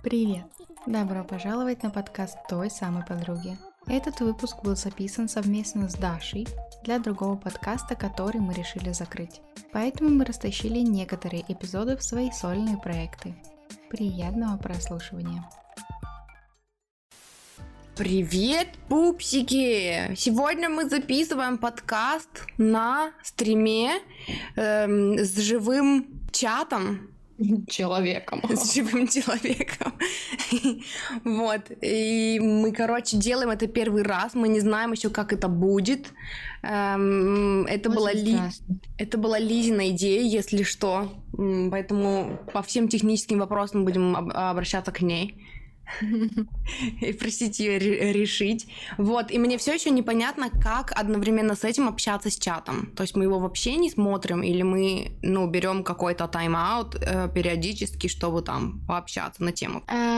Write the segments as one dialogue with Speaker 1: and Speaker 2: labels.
Speaker 1: Привет! Добро пожаловать на подкаст той самой подруги. Этот выпуск был записан совместно с Дашей для другого подкаста, который мы решили закрыть. Поэтому мы растащили некоторые эпизоды в свои сольные проекты. Приятного прослушивания!
Speaker 2: Привет, пупсики! Сегодня мы записываем подкаст на стриме с живым чатом.
Speaker 3: Человеком.
Speaker 2: С живым человеком. Вот. И мы, делаем это первый раз. Мы не знаем еще, как это будет. Это была Лизина идея, если что. Поэтому по всем техническим вопросам будем обращаться к ней. И просить ее решить. Вот, и мне все еще непонятно, как одновременно с этим общаться с чатом. То есть мы его вообще не смотрим, или мы, берем какой-то тайм-аут периодически, чтобы там пообщаться на тему.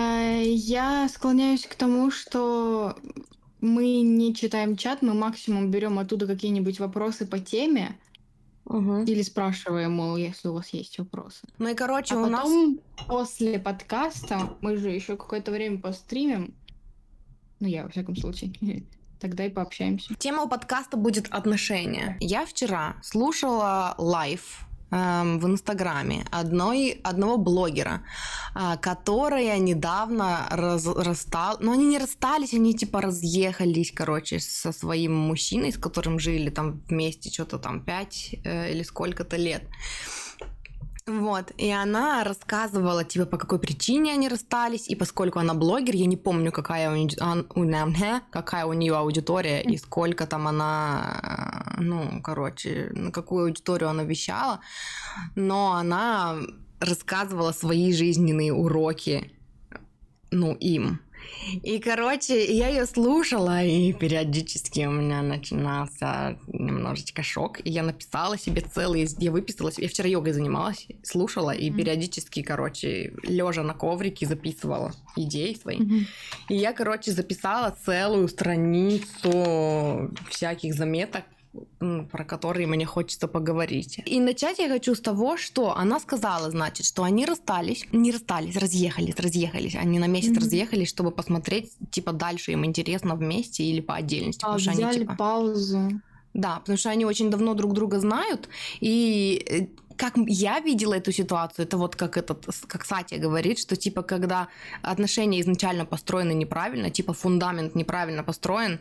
Speaker 3: Я склоняюсь к тому, что мы не читаем чат, мы максимум берем оттуда какие-нибудь вопросы по теме. Или спрашиваем, мол, если у вас есть вопросы.
Speaker 2: Ну и,
Speaker 3: у нас... после подкаста, мы же еще какое-то время постримим. Я, во всяком случае. Тогда и пообщаемся.
Speaker 2: Тема у подкаста будет отношения. Я вчера слушала лайв в Инстаграме одного блогера, которая недавно они не расстались, они разъехались, со своим мужчиной, с которым жили там вместе что-то там 5 или сколько-то лет. Вот, и она рассказывала, по какой причине они расстались, и поскольку она блогер, я не помню, какая у нее аудитория, и сколько там она, на какую аудиторию она вещала, но она рассказывала свои жизненные уроки, им. И, я ее слушала, и периодически у меня начинался немножечко шок, и я написала себе я выписала себе, я вчера йогой занималась, слушала, и периодически, лежа на коврике записывала идеи свои. И я, записала целую страницу всяких заметок, про которые мне хочется поговорить. И начать я хочу с того, что она сказала, что они разъехались. Они на месяц разъехались, чтобы посмотреть, дальше им интересно вместе или по отдельности.
Speaker 3: Взяли паузу.
Speaker 2: Да, потому что они очень давно друг друга знают, и как я видела эту ситуацию, это как Сатья говорит, что когда отношения изначально построены неправильно, фундамент неправильно построен,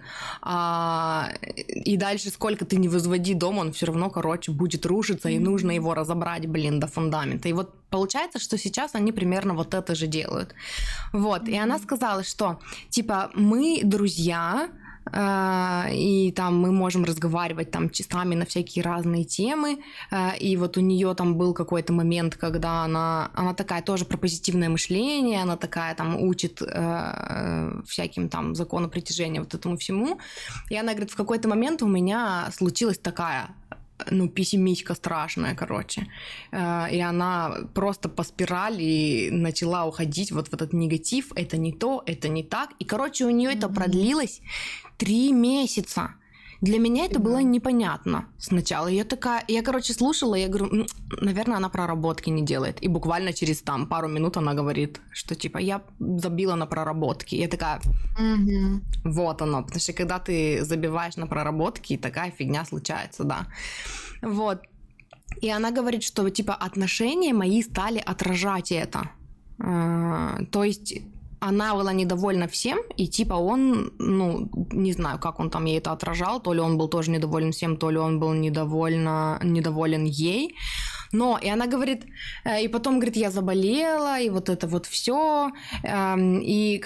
Speaker 2: и дальше сколько ты не возводи дом, он все равно, будет рушиться, и нужно его разобрать, до фундамента. И получается, что сейчас они примерно это же делают. Вот, и она сказала, что, мы друзья, и там мы можем разговаривать часами на всякие разные темы, и у нее там был какой-то момент, когда она такая тоже про позитивное мышление, она такая учит всяким закону притяжения этому всему, и она говорит, в какой-то момент у меня случилась такая пессимистка страшная, и она просто по спирали начала уходить в этот негатив, это не то, это не так, и, у нее это продлилось 3 месяца. Для меня это было непонятно сначала. Я слушала, я говорю, наверное, она проработки не делает. И буквально через пару минут она говорит, что я забила на проработки. Я такая, вот оно. Потому что когда ты забиваешь на проработки, такая фигня случается, да. Вот. И она говорит, что отношения мои стали отражать это. То есть она была недовольна всем, и он, не знаю, как он там ей это отражал, то ли он был тоже недоволен всем, то ли он был недоволен ей. Но, и она говорит, и потом говорит, я заболела, и это все, и,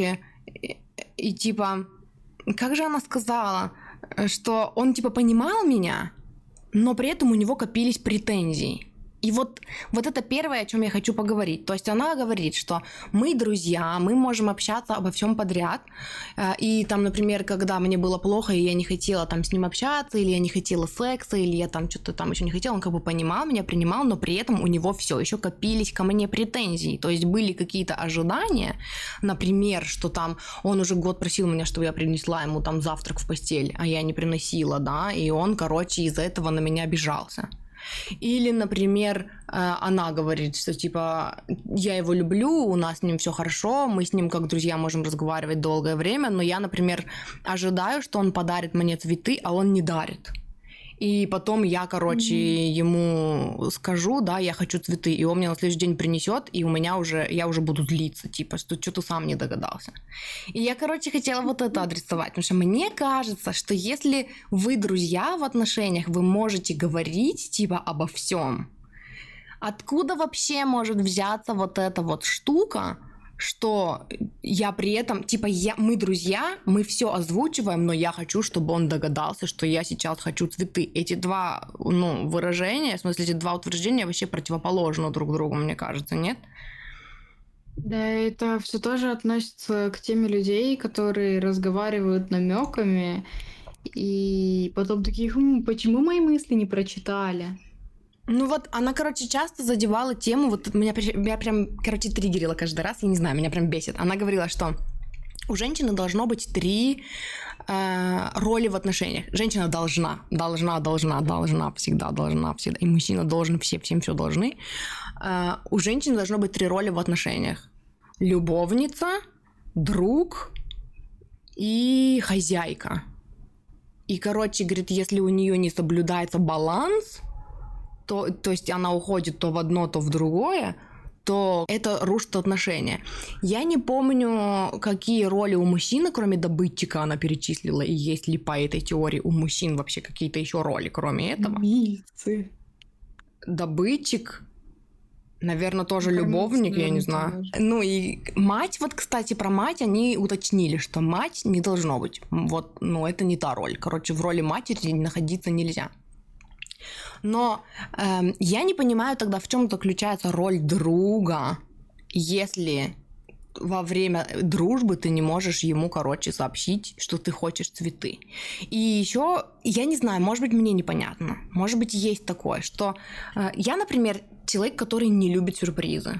Speaker 2: и как же она сказала, что он, понимал меня, но при этом у него копились претензии. И вот это первое, о чем я хочу поговорить. То есть она говорит, что мы друзья, мы можем общаться обо всем подряд. И там, например, когда мне было плохо, и я не хотела с ним общаться, или я не хотела секса, или я что-то еще не хотела, он понимал меня, принимал, но при этом у него все еще копились ко мне претензии. То есть были какие-то ожидания, например, что он уже год просил меня, чтобы я принесла ему завтрак в постель, а я не приносила, да, и он, из-за этого на меня обижался. Или, например, она говорит, что типа я его люблю, у нас с ним все хорошо, мы с ним как друзья можем разговаривать долгое время, но я, например, ожидаю, что он подарит мне цветы, а он не дарит. И потом я, ему скажу, да, я хочу цветы, и он мне на следующий день принесет, и я уже буду злиться, типа, что ты сам не догадался. И я, хотела вот это адресовать, потому что мне кажется, что если вы друзья в отношениях, вы можете говорить, типа, обо всем. Откуда вообще может взяться вот эта вот штука, что я при этом, типа, мы друзья, мы все озвучиваем, но я хочу, чтобы он догадался, что я сейчас хочу цветы. Эти два, выражения, в смысле, эти два утверждения вообще противоположны друг другу, мне кажется, нет?
Speaker 3: Да, это все тоже относится к теме людей, которые разговаривают намеками, и потом такие, почему мои мысли не прочитали?
Speaker 2: Она, часто задевала тему, вот меня прям, триггерила каждый раз, я не знаю, меня прям бесит. Она говорила, что у женщины должно быть 3 роли в отношениях. Женщина должна, всегда, и мужчина должен, всем все должны. У женщины должно быть 3 роли в отношениях. Любовница, друг и хозяйка. И, говорит, если у нее не соблюдается баланс, то есть она уходит то в одно, то в другое, то это рушит отношения. Я не помню, какие роли у мужчины, кроме добытчика, она перечислила, и есть ли по этой теории у мужчин вообще какие-то еще роли, кроме этого.
Speaker 3: Убийцы.
Speaker 2: Добытчик, наверное, тоже любовник, я не знаю. И мать, кстати, про мать они уточнили, что мать не должно быть. Это не та роль. В роли матери находиться нельзя. Но я не понимаю тогда, в чем заключается роль друга, если во время дружбы ты не можешь ему, сообщить, что ты хочешь цветы. И еще, я не знаю, может быть, мне непонятно, может быть, есть такое, что я, например, человек, который не любит сюрпризы.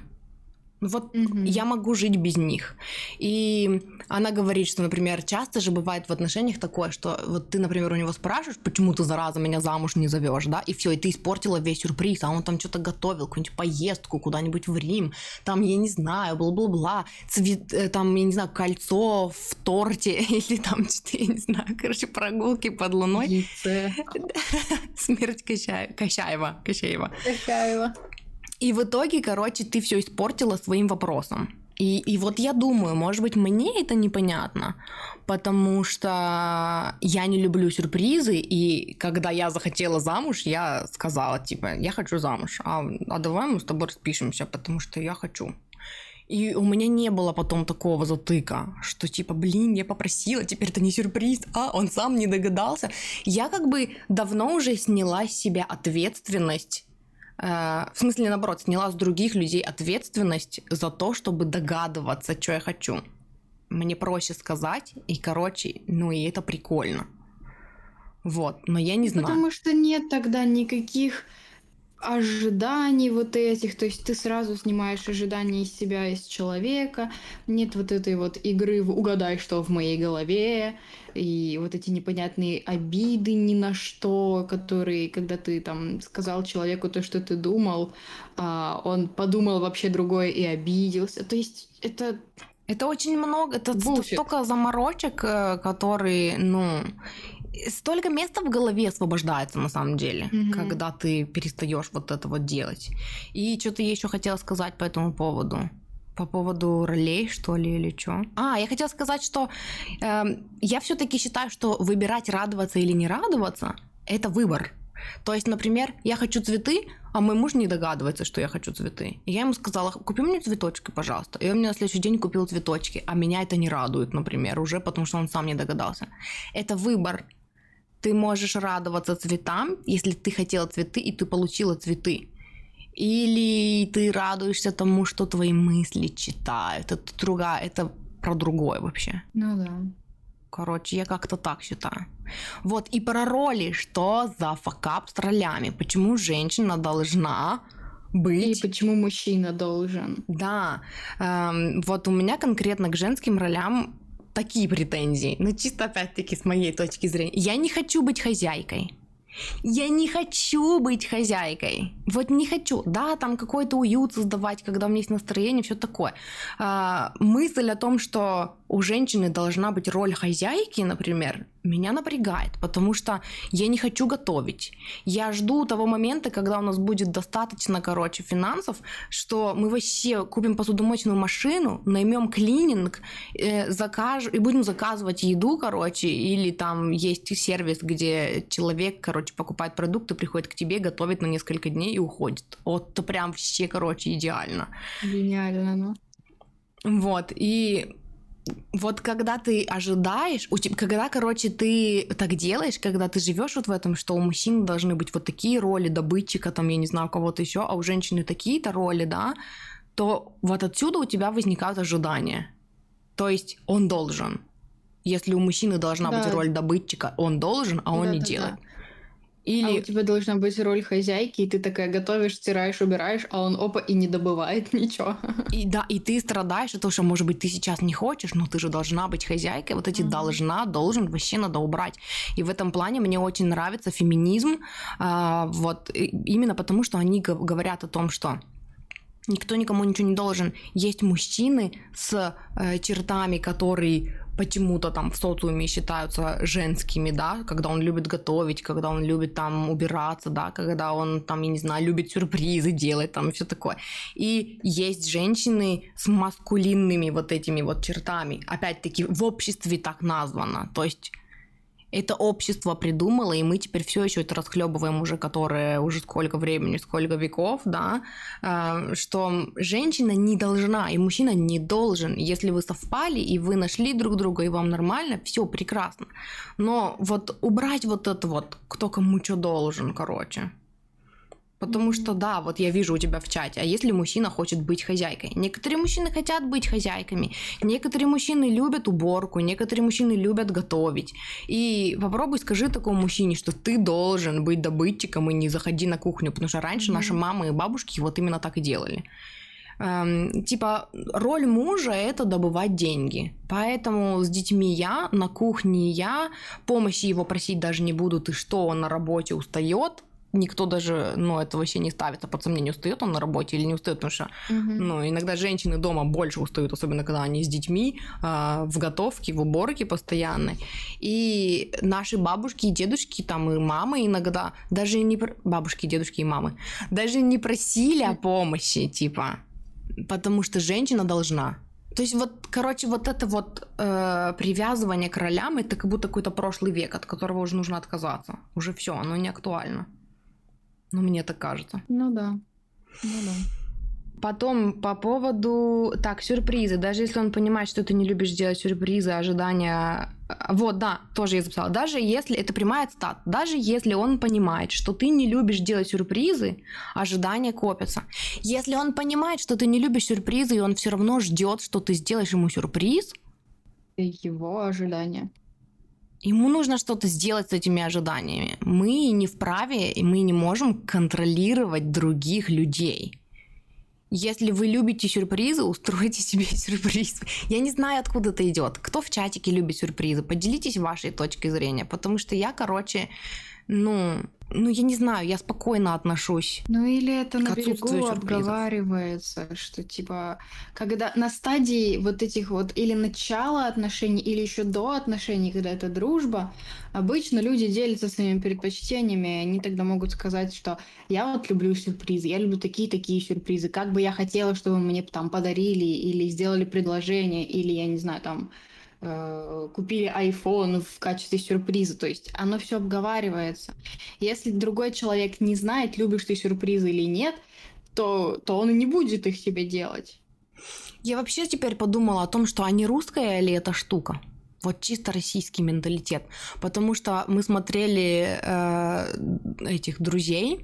Speaker 2: Я могу жить без них. И она говорит, что, например, часто же бывает в отношениях такое, что ты, например, у него спрашиваешь, почему ты, зараза, меня замуж не зовешь, да, и все, и ты испортила весь сюрприз, а он там что-то готовил, какую-нибудь поездку куда-нибудь в Рим, там, я не знаю, бла-бла-бла, там, я не знаю, кольцо в торте, или там что-то, я не знаю, прогулки под луной.
Speaker 3: Яйце.
Speaker 2: Смерть Кощаева. И в итоге, ты все испортила своим вопросом. И я думаю, может быть, мне это непонятно, потому что я не люблю сюрпризы, и когда я захотела замуж, я сказала, типа, я хочу замуж, а давай мы с тобой распишемся, потому что я хочу. И у меня не было потом такого затыка, что типа, я попросила, теперь это не сюрприз, он сам не догадался. Я давно уже сняла с себя ответственность, в смысле, наоборот, сняла с других людей ответственность за то, чтобы догадываться, что я хочу. Мне проще сказать, и, и это прикольно. Но я не знаю.
Speaker 3: Потому что нет тогда никаких ожиданий этих, то есть ты сразу снимаешь ожидания из себя, из человека, нет этой игры в «угадай, что в моей голове», и эти непонятные обиды ни на что, которые, когда ты там сказал человеку то, что ты думал, он подумал вообще другое и обиделся, то есть это...
Speaker 2: Это очень много, это столько заморочек, которые, столько места в голове освобождается на самом деле, когда ты перестаешь это делать. И что-то я еще хотела сказать по этому поводу. По поводу ролей, что ли, или что? Я хотела сказать, что я все-таки считаю, что выбирать, радоваться или не радоваться, это выбор. То есть, например, я хочу цветы, а мой муж не догадывается, что я хочу цветы. И я ему сказала, купи мне цветочки, пожалуйста. И он мне на следующий день купил цветочки, а меня это не радует, например, уже потому что он сам не догадался. Это выбор. Ты можешь радоваться цветам, если ты хотела цветы, и ты получила цветы. Или ты радуешься тому, что твои мысли читают. Это про другое вообще.
Speaker 3: Да.
Speaker 2: Я как-то так считаю. И про роли. Что за факап с ролями? Почему женщина должна быть...
Speaker 3: И почему мужчина должен?
Speaker 2: Да. У меня конкретно к женским ролям такие претензии. Чисто опять-таки с моей точки зрения. Я не хочу быть хозяйкой. Я не хочу быть хозяйкой. Вот не хочу. Да, там какой-то уют создавать, когда у меня есть настроение, все такое. Мысль о том, что у женщины должна быть роль хозяйки, например, меня напрягает, потому что я не хочу готовить. Я жду того момента, когда у нас будет достаточно, финансов, что мы вообще купим посудомоечную машину, наймем клининг, и будем заказывать еду, или там есть сервис, где человек, покупает продукты, приходит к тебе, готовит на несколько дней и уходит. Вот это прям вообще, идеально.
Speaker 3: Гениально, ну.
Speaker 2: Вот, и вот когда ты ожидаешь, когда, ты так делаешь, когда ты живешь вот в этом, что у мужчин должны быть вот такие роли, добытчика, там, я не знаю, у кого-то еще, а у женщины такие-то роли, да, то вот отсюда у тебя возникают ожидания. То есть он должен. Если у мужчины должна быть роль добытчика, он должен, а он не делает.
Speaker 3: Или... А у тебя должна быть роль хозяйки, и ты такая готовишь, стираешь, убираешь, а он опа и не добывает ничего.
Speaker 2: И ты страдаешь от того, что, может быть, ты сейчас не хочешь, но ты же должна быть хозяйкой. Вот эти должен, вообще надо убрать. И в этом плане мне очень нравится феминизм, вот именно потому, что они говорят о том, что никто никому ничего не должен. Есть мужчины с чертами, которые почему-то там в социуме считаются женскими, да, когда он любит готовить, когда он любит там убираться, да, когда он там, я не знаю, любит сюрпризы делать, там все такое. И есть женщины с маскулинными вот этими вот чертами, опять-таки в обществе так названо, то есть это общество придумало, и мы теперь все еще это расхлебываем уже, которое уже сколько времени, сколько веков, да, что женщина не должна, и мужчина не должен. Если вы совпали, и вы нашли друг друга, и вам нормально, все прекрасно. Но вот убрать вот это вот, кто кому что должен, Потому что, да, вот я вижу у тебя в чате, а если мужчина хочет быть хозяйкой? Некоторые мужчины хотят быть хозяйками, некоторые мужчины любят уборку, некоторые мужчины любят готовить. И попробуй скажи такому мужчине, что ты должен быть добытчиком и не заходи на кухню, потому что раньше наши мамы и бабушки вот именно так и делали. Роль мужа – это добывать деньги. Поэтому с детьми я, на кухне я, помощи его просить даже не буду, ты что, он на работе устает. Никто даже, это вообще не ставится под сомнение, устает он на работе или не устает, потому что, иногда женщины дома больше устают, особенно когда они с детьми, в готовке, в уборке постоянной. И наши бабушки и дедушки, там и мамы иногда, даже не бабушки, дедушки и мамы, даже не просили о помощи, потому что женщина должна. То есть вот это вот привязывание к ролям, это как будто какой-то прошлый век, от которого уже нужно отказаться. Уже все, оно не актуально. Мне так кажется.
Speaker 3: Ну да.
Speaker 2: Потом по поводу... Так, сюрпризы. Даже если он понимает, что ты не любишь делать сюрпризы, ожидания... Вот, да, тоже я записала. Даже если... Это прямая цитата. Даже если он понимает, что ты не любишь делать сюрпризы, ожидания копятся. Если он понимает, что ты не любишь сюрпризы, и он все равно ждет, что ты сделаешь ему сюрприз...
Speaker 3: Его ожидания.
Speaker 2: Ему нужно что-то сделать с этими ожиданиями. Мы не вправе, и мы не можем контролировать других людей. Если вы любите сюрпризы, устройте себе сюрприз. Я не знаю, откуда это идет. Кто в чатике любит сюрпризы? Поделитесь вашей точкой зрения, потому что я, я не знаю, я спокойно отношусь.
Speaker 3: Или это на берегу обговаривается, что когда на стадии вот этих вот или начала отношений, или еще до отношений, когда это дружба, обычно люди делятся своими предпочтениями, они тогда могут сказать, что я вот люблю сюрпризы, я люблю такие сюрпризы, как бы я хотела, чтобы мне там подарили или сделали предложение, или, я не знаю, там купили iPhone в качестве сюрприза. То есть оно все обговаривается. Если другой человек не знает, любишь ты сюрпризы или нет, то он и не будет их себе делать.
Speaker 2: Я вообще теперь подумала о том, что а не русская ли эта штука? Вот чисто российский менталитет. Потому что мы смотрели этих «Друзей»,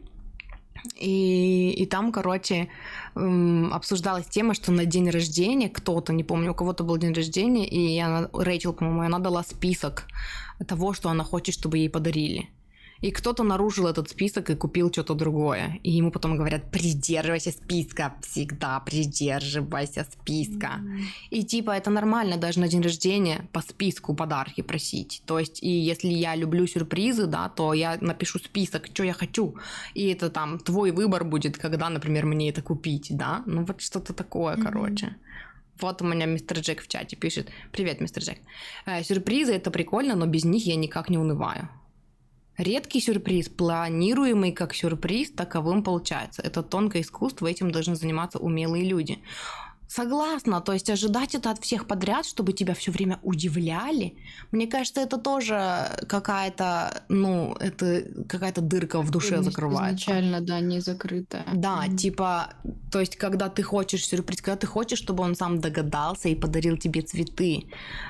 Speaker 2: и там, обсуждалась тема, что на день рождения кто-то, не помню, у кого-то был день рождения, и Рэйчел, по-моему, она дала список того, что она хочет, чтобы ей подарили. и кто-то нарушил этот список и купил что-то другое. И ему потом говорят: придерживайся списка, всегда придерживайся списка. И типа это нормально даже на день рождения по списку подарки просить. То есть и если я люблю сюрпризы, да, то я напишу список, что я хочу. И это там твой выбор будет, когда, например, мне это купить, да. Ну вот что-то такое, короче. Вот у меня мистер Джек в чате пишет: привет, мистер Джек. Сюрпризы — это прикольно, но без них я никак не унываю. Редкий сюрприз, планируемый как сюрприз, таковым получается. Это тонкое искусство, этим должны заниматься умелые люди. Согласна, то есть ожидать это от всех подряд, чтобы тебя все время удивляли, мне кажется, это тоже какая-то, ну, это какая-то дырка в душе закрывается.
Speaker 3: Изначально, да, не закрытая.
Speaker 2: Да, типа, то есть, когда ты хочешь сюрприз, когда ты хочешь, чтобы он сам догадался и подарил тебе цветы,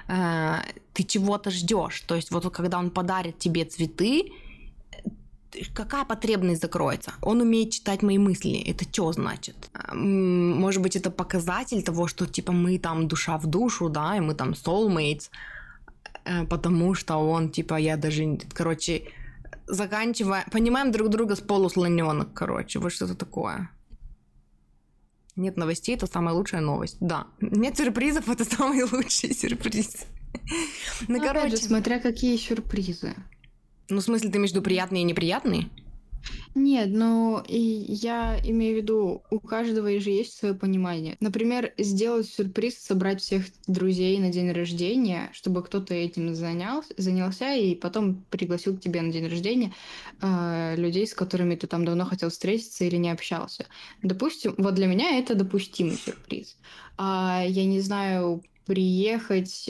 Speaker 2: ты чего-то ждешь. То есть, вот когда он подарит тебе цветы, какая потребность закроется? Он умеет читать мои мысли. Это что значит? Может быть, это показатель того, что типа мы там душа в душу, да, и мы там soulmates, потому что он типа, я даже, короче, заканчивая, понимаем друг друга с полуслонёнок, короче, вот что-то такое. Нет новостей — это самая лучшая новость. Да. Нет сюрпризов — это самый лучший сюрприз.
Speaker 3: Ну, опять же, смотря какие сюрпризы.
Speaker 2: Ну, в смысле, ты между приятные и неприятные?
Speaker 3: Нет, но и я имею в виду, у каждого же есть свое понимание. Например, сделать сюрприз, собрать всех друзей на день рождения, чтобы кто-то этим занялся и потом пригласил к тебе на день рождения людей, с которыми ты там давно хотел встретиться или не общался. Допустим, вот для меня это допустимый сюрприз. Я не знаю, приехать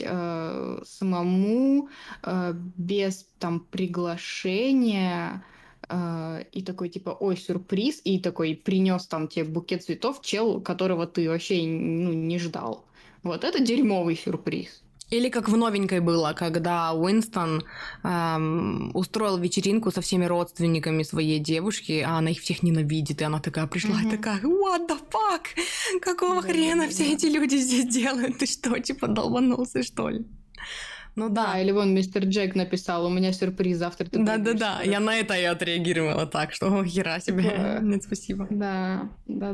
Speaker 3: самому без там приглашения и такой типа, ой, сюрприз, и такой принес там тебе букет цветов чел, которого ты вообще не ждал. Вот это дерьмовый сюрприз.
Speaker 2: Или как в новенькой было, когда Уинстон устроил вечеринку со всеми родственниками своей девушки, а она их всех ненавидит, и она такая пришла и такая: what the fuck? Какого хрена все эти люди здесь делают? Ты что, типа долбанулся, что ли? Ну да.
Speaker 3: Или вон мистер Джек написал: у меня сюрприз, завтра ты будешь.
Speaker 2: Да, я на это и отреагировала так, что хера себе. Нет, спасибо.
Speaker 3: Да.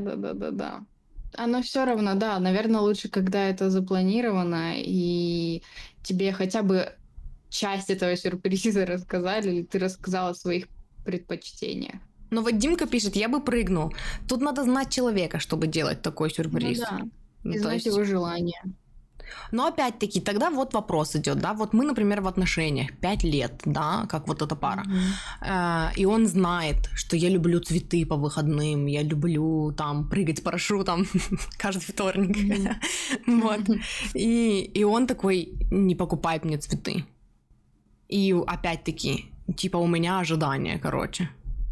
Speaker 3: Оно все равно, да, наверное, лучше, когда это запланировано, и тебе хотя бы часть этого сюрприза рассказали, или ты рассказала о своих предпочтениях.
Speaker 2: Ну вот Димка пишет: я бы прыгнул. Тут надо знать человека, чтобы делать такой сюрприз.
Speaker 3: Ну да, и знать его желание.
Speaker 2: Но опять-таки, тогда вот вопрос идет, да, вот мы, например, в отношениях 5 лет, да, как вот эта пара, и он знает, что я люблю цветы по выходным, я люблю там прыгать с парашютом каждый вторник, вот, и он такой не покупает мне цветы, и опять-таки, типа у меня ожидания, короче.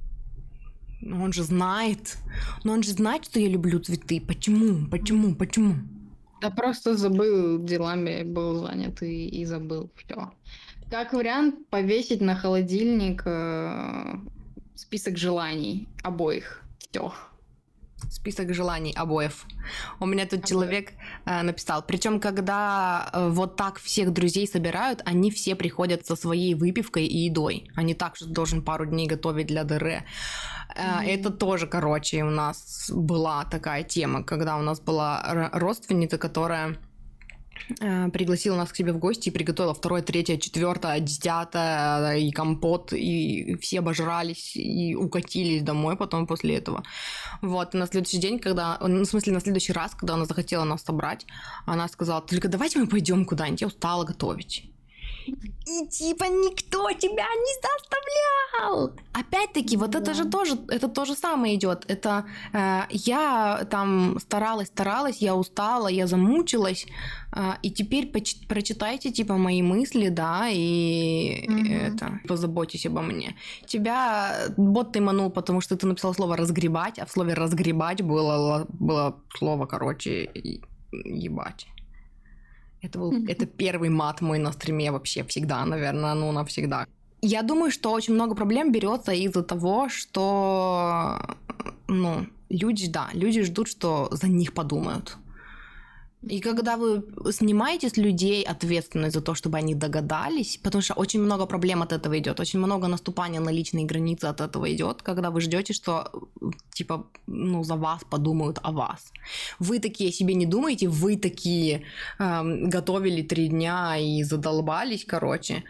Speaker 2: Он же знает, что я люблю цветы, почему?
Speaker 3: Да просто забыл делами, был занят и забыл все. Как вариант, повесить на холодильник список желаний обоих. Все.
Speaker 2: Список желаний обоев. У меня тут человек написал. Причем, когда вот так всех друзей собирают, они все приходят со своей выпивкой и едой. А не так, что должен пару дней готовить для ДР. Это тоже, короче, у нас была такая тема, когда у нас была родственница, которая пригласила нас к себе в гости и приготовила 2, 3, 4, 10 и компот, и все обожрались и укатились домой потом после этого. Вот, и на следующий день, на следующий раз, когда она захотела нас собрать, она сказала: только давайте мы пойдем куда-нибудь, я устала готовить. И типа никто тебя не заставлял. Опять-таки, вот это же тоже, это то же самое идет. Это я там старалась, я устала, я замучилась, и теперь прочитайте типа мои мысли, да, и это, позаботьтесь обо мне. Тебя бот ты манул, потому что ты написал слово разгребать, а в слове разгребать было слово, короче, ебать. Это первый мат мой на стриме вообще всегда, наверное, навсегда. Я думаю, что очень много проблем берется из-за того, что люди ждут, что за них подумают. И когда вы снимаете с людей ответственность за то, чтобы они догадались, потому что очень много проблем от этого идет, очень много наступания на личные границы от этого идет, когда вы ждете, что типа, за вас подумают о вас. Вы такие о себе не думаете, вы такие готовили 3 дня и задолбались, короче.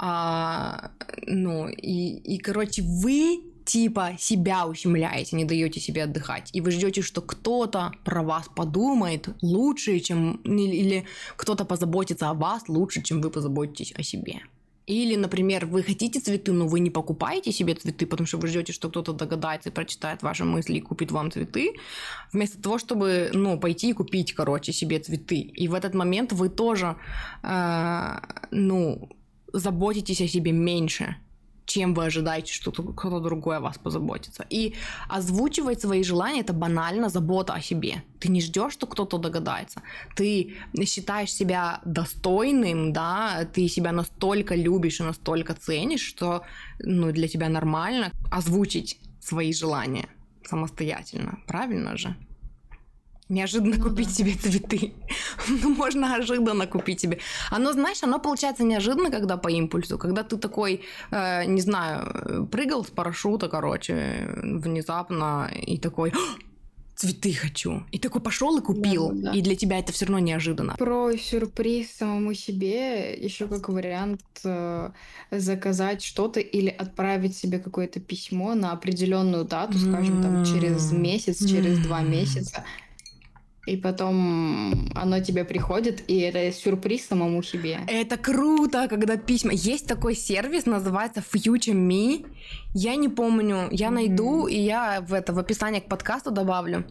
Speaker 2: Короче, вы типа себя ущемляете, не даете себе отдыхать, и вы ждете, что кто-то про вас подумает лучше, чем... Или кто-то позаботится о вас лучше, чем вы позаботитесь о себе. Или, например, вы хотите цветы, но вы не покупаете себе цветы, потому что вы ждете, что кто-то догадается и прочитает ваши мысли и купит вам цветы, вместо того, чтобы, пойти и купить, себе цветы. И в этот момент вы тоже, заботитесь о себе меньше, чем вы ожидаете, что кто-то другой о вас позаботится. И озвучивать свои желания — это банально забота о себе. Ты не ждешь, что кто-то догадается. Ты считаешь себя достойным, да, ты себя настолько любишь и настолько ценишь, что для тебя нормально озвучить свои желания самостоятельно. Правильно же? Неожиданно купить себе цветы. Можно неожиданно купить себе. Оно получается неожиданно, когда по импульсу. Когда ты такой, не знаю, прыгал с парашюта, внезапно, и такой... Цветы хочу. И такой пошел и купил. Да. И для тебя это все равно неожиданно.
Speaker 3: Про сюрприз самому себе еще как вариант заказать что-то или отправить себе какое-то письмо на определенную дату, скажем, там через месяц, через 2 месяца. И потом оно тебе приходит, и это сюрприз самому себе.
Speaker 2: Это круто, когда письма... Есть такой сервис, называется Future Me. Я не помню, я найду, и я в описании к подкасту добавлю.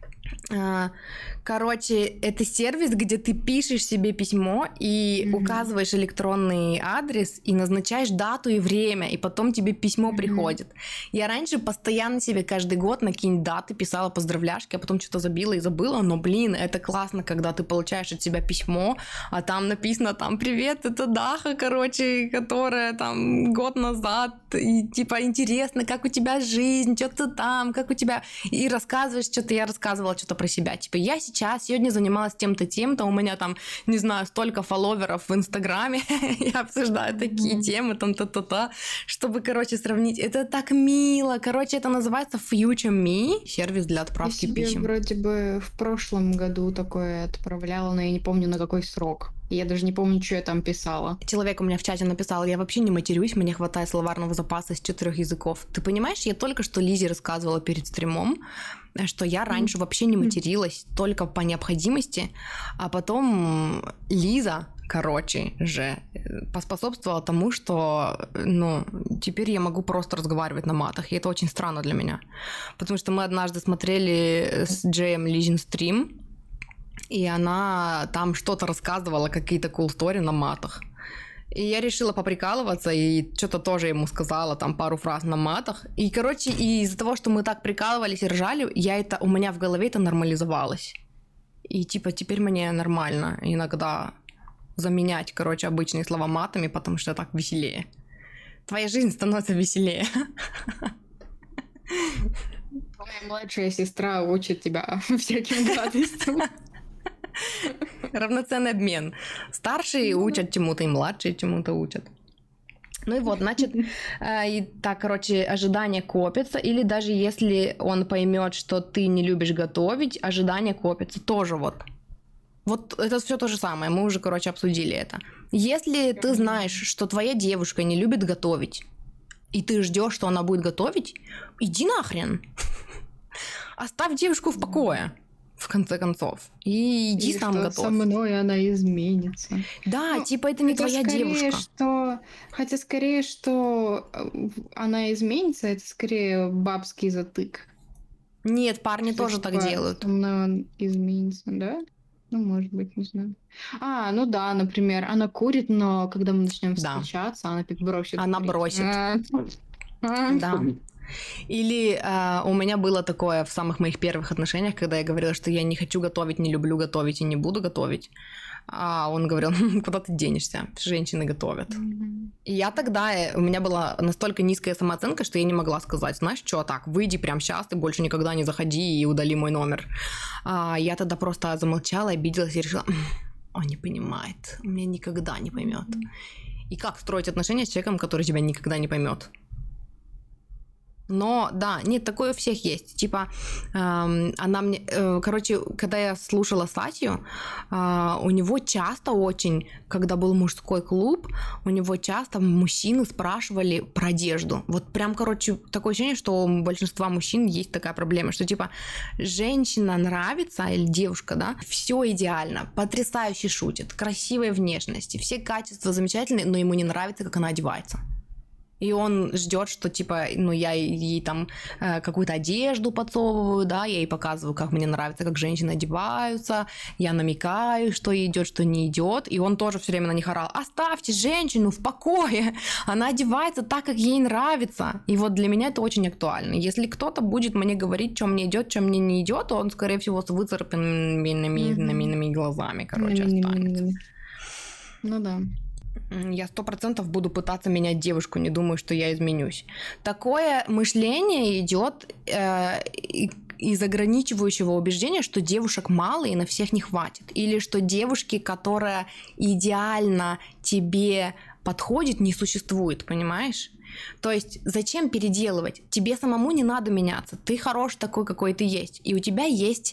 Speaker 2: Это сервис, где ты пишешь себе письмо и указываешь электронный адрес и назначаешь дату и время, и потом тебе письмо приходит. Я раньше постоянно себе каждый год на какие-нибудь даты писала поздравляшки, а потом что-то забила и забыла, но, это классно, когда ты получаешь от себя письмо, а там написано, привет, это Даха, которая год назад, и интересно, как у тебя жизнь, что-то там, как у тебя, и рассказываешь что-то, я рассказывала что-то про себя, я сегодня занималась тем-то, тем-то, у меня не знаю, столько фолловеров в Инстаграме, я обсуждаю такие темы, та-та-та-та, чтобы, сравнить. Это так мило. Это называется Future Me, сервис для отправки писем.
Speaker 3: Я вроде бы в прошлом году такое отправляла, но я не помню, на какой срок. Я даже не помню, что я там писала.
Speaker 2: Человек у меня в чате написал, я вообще не матерюсь, мне хватает словарного запаса из 4 языков. Ты понимаешь, я только что Лизе рассказывала перед стримом, что я раньше вообще не материлась, только по необходимости, а потом Лиза, поспособствовала тому, что, теперь я могу просто разговаривать на матах, и это очень странно для меня. Потому что мы однажды смотрели с Джеем Лизин стрим, и она там что-то рассказывала, какие-то cool story на матах. И я решила поприкалываться, и что-то тоже ему сказала, пару фраз на матах. И, и из-за того, что мы так прикалывались и ржали, у меня в голове это нормализовалось. И, теперь мне нормально иногда заменять, обычные слова матами, потому что так веселее. Твоя жизнь становится веселее.
Speaker 3: Твоя младшая сестра учит тебя всяким гадостям.
Speaker 2: Равноценный обмен. Старшие учат чему-то, и младшие чему-то учат. Ожидания копятся, или даже если он поймет, что ты не любишь готовить, ожидания копятся тоже это все то же самое, мы уже, обсудили это. Если ты знаешь, что твоя девушка не любит готовить, и ты ждешь, что она будет готовить, иди нахрен. Оставь девушку в покое. В конце концов. И иди сам готов.
Speaker 3: Со мной она изменится.
Speaker 2: Да, это не твоя девушка.
Speaker 3: Хотя скорее, что она изменится, это скорее бабский затык.
Speaker 2: Нет, парни тоже так делают.
Speaker 3: Она изменится, да? Может быть, не знаю. Да, например, она курит, но когда мы начнем встречаться, она бросит.
Speaker 2: Она бросит. Да. Или у меня было такое в самых моих первых отношениях, когда я говорила, что я не хочу готовить, не люблю готовить и не буду готовить. А он говорил, куда ты денешься, женщины готовят. И я тогда, у меня была настолько низкая самооценка, что я не могла сказать, знаешь, что так, выйди прямо сейчас, ты больше никогда не заходи и удали мой номер. Я тогда просто замолчала, обиделась и решила, он не понимает, меня никогда не поймет. И как строить отношения с человеком, который тебя никогда не поймет? Но, да, нет, такое у всех есть. Типа, она мне... короче, когда я слушала Сатью, у него часто очень, когда был мужской клуб, у него часто мужчины спрашивали про одежду. Вот прям, короче, такое ощущение, что у большинства мужчин есть такая проблема, что, типа, женщина нравится, или девушка, да, все идеально, потрясающе шутит, красивой внешности, все качества замечательные, но ему не нравится, как она одевается. И он ждет, что, типа, ну, я ей там какую-то одежду подсовываю, да, я ей показываю, как мне нравится, как женщины одеваются, я намекаю, что ей идет, что не идет, и он тоже все время на них орал: оставьте женщину в покое, она одевается так, как ей нравится. И вот для меня это очень актуально. Если кто-то будет мне говорить, что мне идет, что мне не идет, то он, скорее всего, с выцарапанными глазами, короче, останется.
Speaker 3: Ну да.
Speaker 2: Я 100% буду пытаться менять девушку, не думаю, что я изменюсь. Такое мышление идет из ограничивающего убеждения, что девушек мало и на всех не хватит. Или что девушки, которая идеально тебе подходит, не существует, понимаешь? То есть зачем переделывать? Тебе самому не надо меняться. Ты хорош такой, какой ты есть. И у тебя есть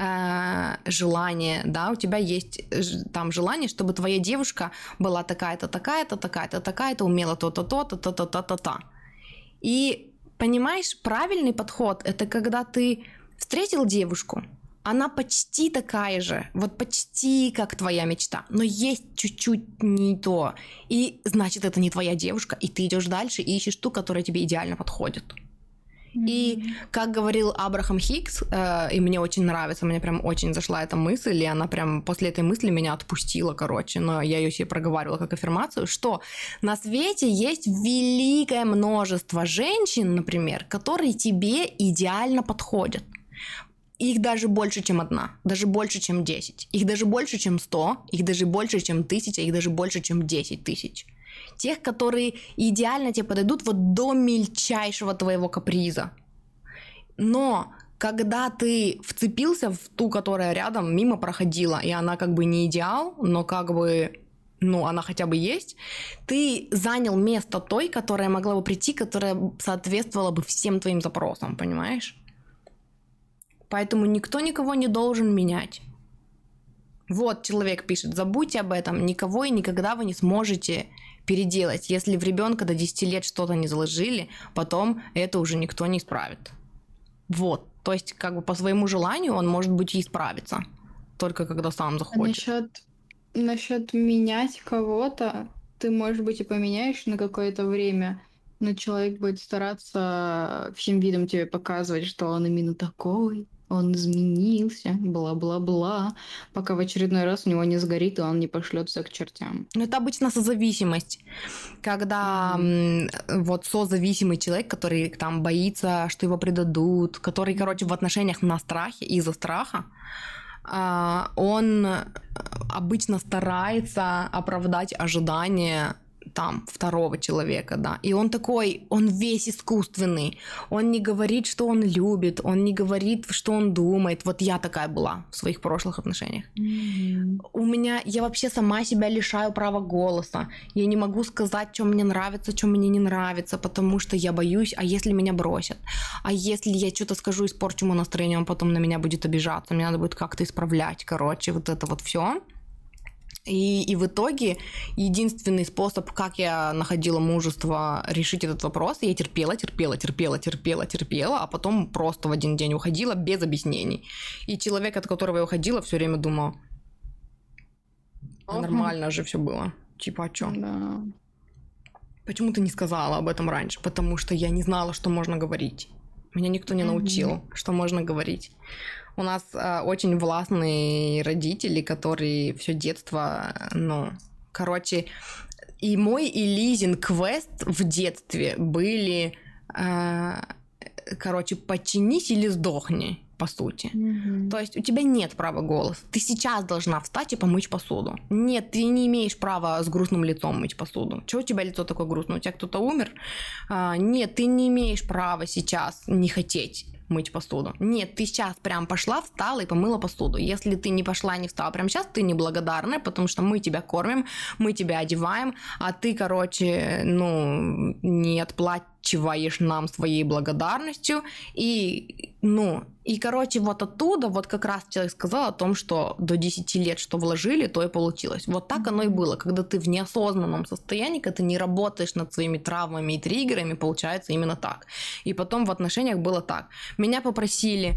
Speaker 2: желание, да, у тебя есть там желание, чтобы твоя девушка была такая-то, такая-то, такая-то, такая-то, умела то-то, то-то, то-то, то-то. И понимаешь, правильный подход — это когда ты встретил девушку, она почти такая же, вот почти как твоя мечта, но есть чуть-чуть не то. И значит, это не твоя девушка, и ты идешь дальше и ищешь ту, которая тебе идеально подходит. И как говорил Абрахам Хикс, и мне очень нравится, мне прям очень зашла эта мысль, и она прям после этой мысли меня отпустила, короче, но я ее себе проговаривала как аффирмацию, что на свете есть великое множество женщин, например, которые тебе идеально подходят. Их даже больше, чем одна, даже больше, чем 10, их даже больше, чем 100, их даже больше, чем 1000, их даже больше, чем 10 тысяч. Тех, которые идеально тебе подойдут вот до мельчайшего твоего каприза. Но когда ты вцепился в ту, которая рядом, мимо проходила, и она как бы не идеал, но как бы, ну, она хотя бы есть, ты занял место той, которая могла бы прийти, которая соответствовала бы всем твоим запросам, понимаешь? Поэтому никто никого не должен менять. Вот человек пишет: забудьте об этом, никого и никогда вы не сможете переделать. Если в ребенка до 10 лет что-то не заложили, потом это уже никто не исправит. Вот, то есть как бы по своему желанию он, может быть, и исправится, только когда сам захочет.
Speaker 3: Насчет менять кого-то, ты, может быть, и поменяешь на какое-то время, но человек будет стараться всем видом тебе показывать, что он именно такой, он изменился, бла-бла-бла, пока в очередной раз у него не сгорит, и он не пошлет всех к чертям.
Speaker 2: Ну, это обычно созависимость. Когда вот созависимый человек, который там боится, что его предадут, который, короче, в отношениях на страхе, из-за страха, он обычно старается оправдать ожидания там второго человека, да, и он такой, он весь искусственный, он не говорит, что он любит, он не говорит, что он думает. Вот я такая была в своих прошлых отношениях. У меня, я вообще сама себя лишаю права голоса, я не могу сказать, что мне нравится, что мне не нравится, потому что я боюсь, а если меня бросят, а если я что-то скажу, испорчу ему настроение, он потом на меня будет обижаться, мне надо будет как-то исправлять, короче, вот это вот все. И в итоге единственный способ, как я находила мужество решить этот вопрос, я терпела, а потом просто в один день уходила без объяснений. И человек, от которого я уходила, все время думал: нормально же все было. Типа, а чё?
Speaker 3: Да.
Speaker 2: Почему ты не сказала об этом раньше? Потому что я не знала, что можно говорить. Меня никто не научил, что можно говорить. У нас очень властные родители, которые все детство, ну, короче, и мой, и Лизин квест в детстве были, короче, подчинись или сдохни. по сути.
Speaker 3: Мгм.
Speaker 2: То есть у тебя нет права голоса. Ты сейчас должна встать и помыть посуду. Нет, ты не имеешь права с грустным лицом мыть посуду. Чего у тебя лицо такое грустное? У тебя кто-то умер? Нет, ты не имеешь права сейчас не хотеть мыть посуду. Нет, ты сейчас прям пошла, встала и помыла посуду. Если ты не пошла, не встала прямо сейчас, ты неблагодарная, потому что мы тебя кормим, мы тебя одеваем, а ты, короче, не отплачиваешь нам своей благодарностью. И, короче, вот оттуда вот как раз человек сказал о том, что до 10 лет что вложили, то и получилось. Вот так оно и было. Когда ты в неосознанном состоянии, когда ты не работаешь над своими травмами и триггерами, получается именно так. И потом в отношениях было так. Меня попросили,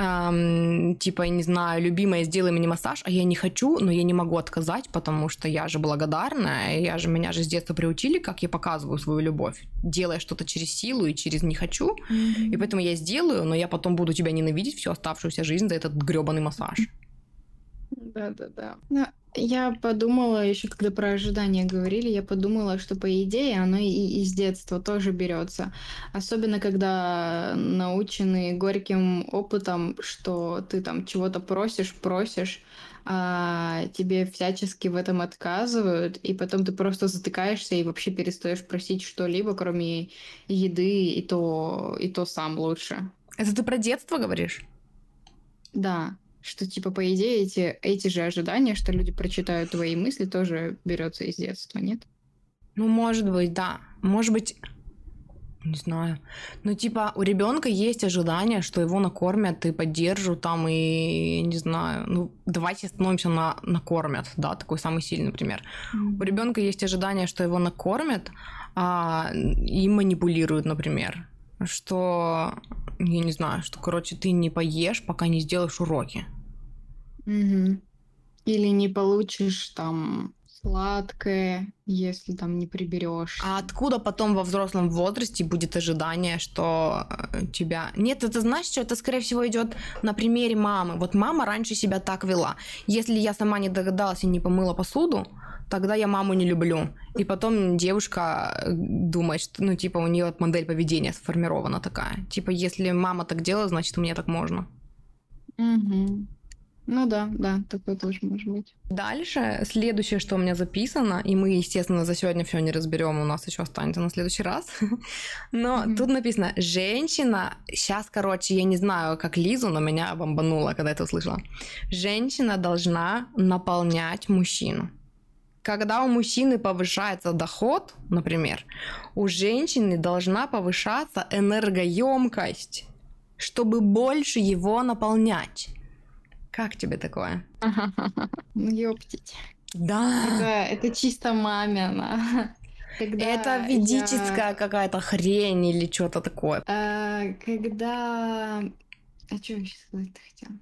Speaker 2: типа, не знаю, любимая, сделай мне массаж, а я не хочу, но я не могу отказать, потому что я же благодарная, меня же с детства приучили, как я показываю свою любовь, делая что-то через силу и через не хочу, и поэтому я сделаю, но я потом буду тебя ненавидеть всю оставшуюся жизнь за этот грёбаный массаж.
Speaker 3: Да-да-да. Ну, я подумала еще, когда про ожидания говорили, я подумала, что по идее оно и из детства тоже берется. Особенно когда научены горьким опытом, что ты там чего-то просишь, а тебе всячески в этом отказывают, и потом ты просто затыкаешься и вообще перестаешь просить что-либо, кроме еды, и то сам лучше.
Speaker 2: Это ты про детство говоришь?
Speaker 3: Да, что типа по идее эти же ожидания, что люди прочитают твои мысли, тоже берется из детства, нет?
Speaker 2: Ну, может быть, да. Может быть, не знаю. Ну, типа, у ребенка есть ожидание, что его накормят и поддержат там, и не знаю. Ну, давайте остановимся на накормят, да, такой самый сильный пример. У ребенка есть ожидание, что его накормят, и манипулируют, например. Что, я не знаю, что, короче, ты не поешь, пока не сделаешь уроки.
Speaker 3: Мгм. Или не получишь там сладкое, если там не приберешь.
Speaker 2: А откуда потом во взрослом возрасте будет ожидание, что тебя... Нет, это знаешь что? Это, скорее всего, идет на примере мамы. Вот мама раньше себя так вела. Если я сама не догадалась и не помыла посуду, тогда я маму не люблю. И потом девушка думает, что, ну, типа, у нее модель поведения сформирована такая. Типа, если мама так делает, значит, мне так можно.
Speaker 3: Мгм. Ну да, такое тоже может быть.
Speaker 2: Дальше, следующее, что у меня записано, и мы, естественно, за сегодня все не разберем, у нас еще останется на следующий раз. Но тут написано: женщина, сейчас, короче, я не знаю, как Лизу, но меня бомбануло, когда это услышала. Женщина должна наполнять мужчину. Когда у мужчины повышается доход, например, у женщины должна повышаться энергоемкость, чтобы больше его наполнять. Как тебе такое?
Speaker 3: Ну, ёптить.
Speaker 2: Да.
Speaker 3: Это чисто мамина. Когда
Speaker 2: Это ведическая какая-то хрень или что-то такое.
Speaker 3: Когда... А что я сейчас сказать-то хотела?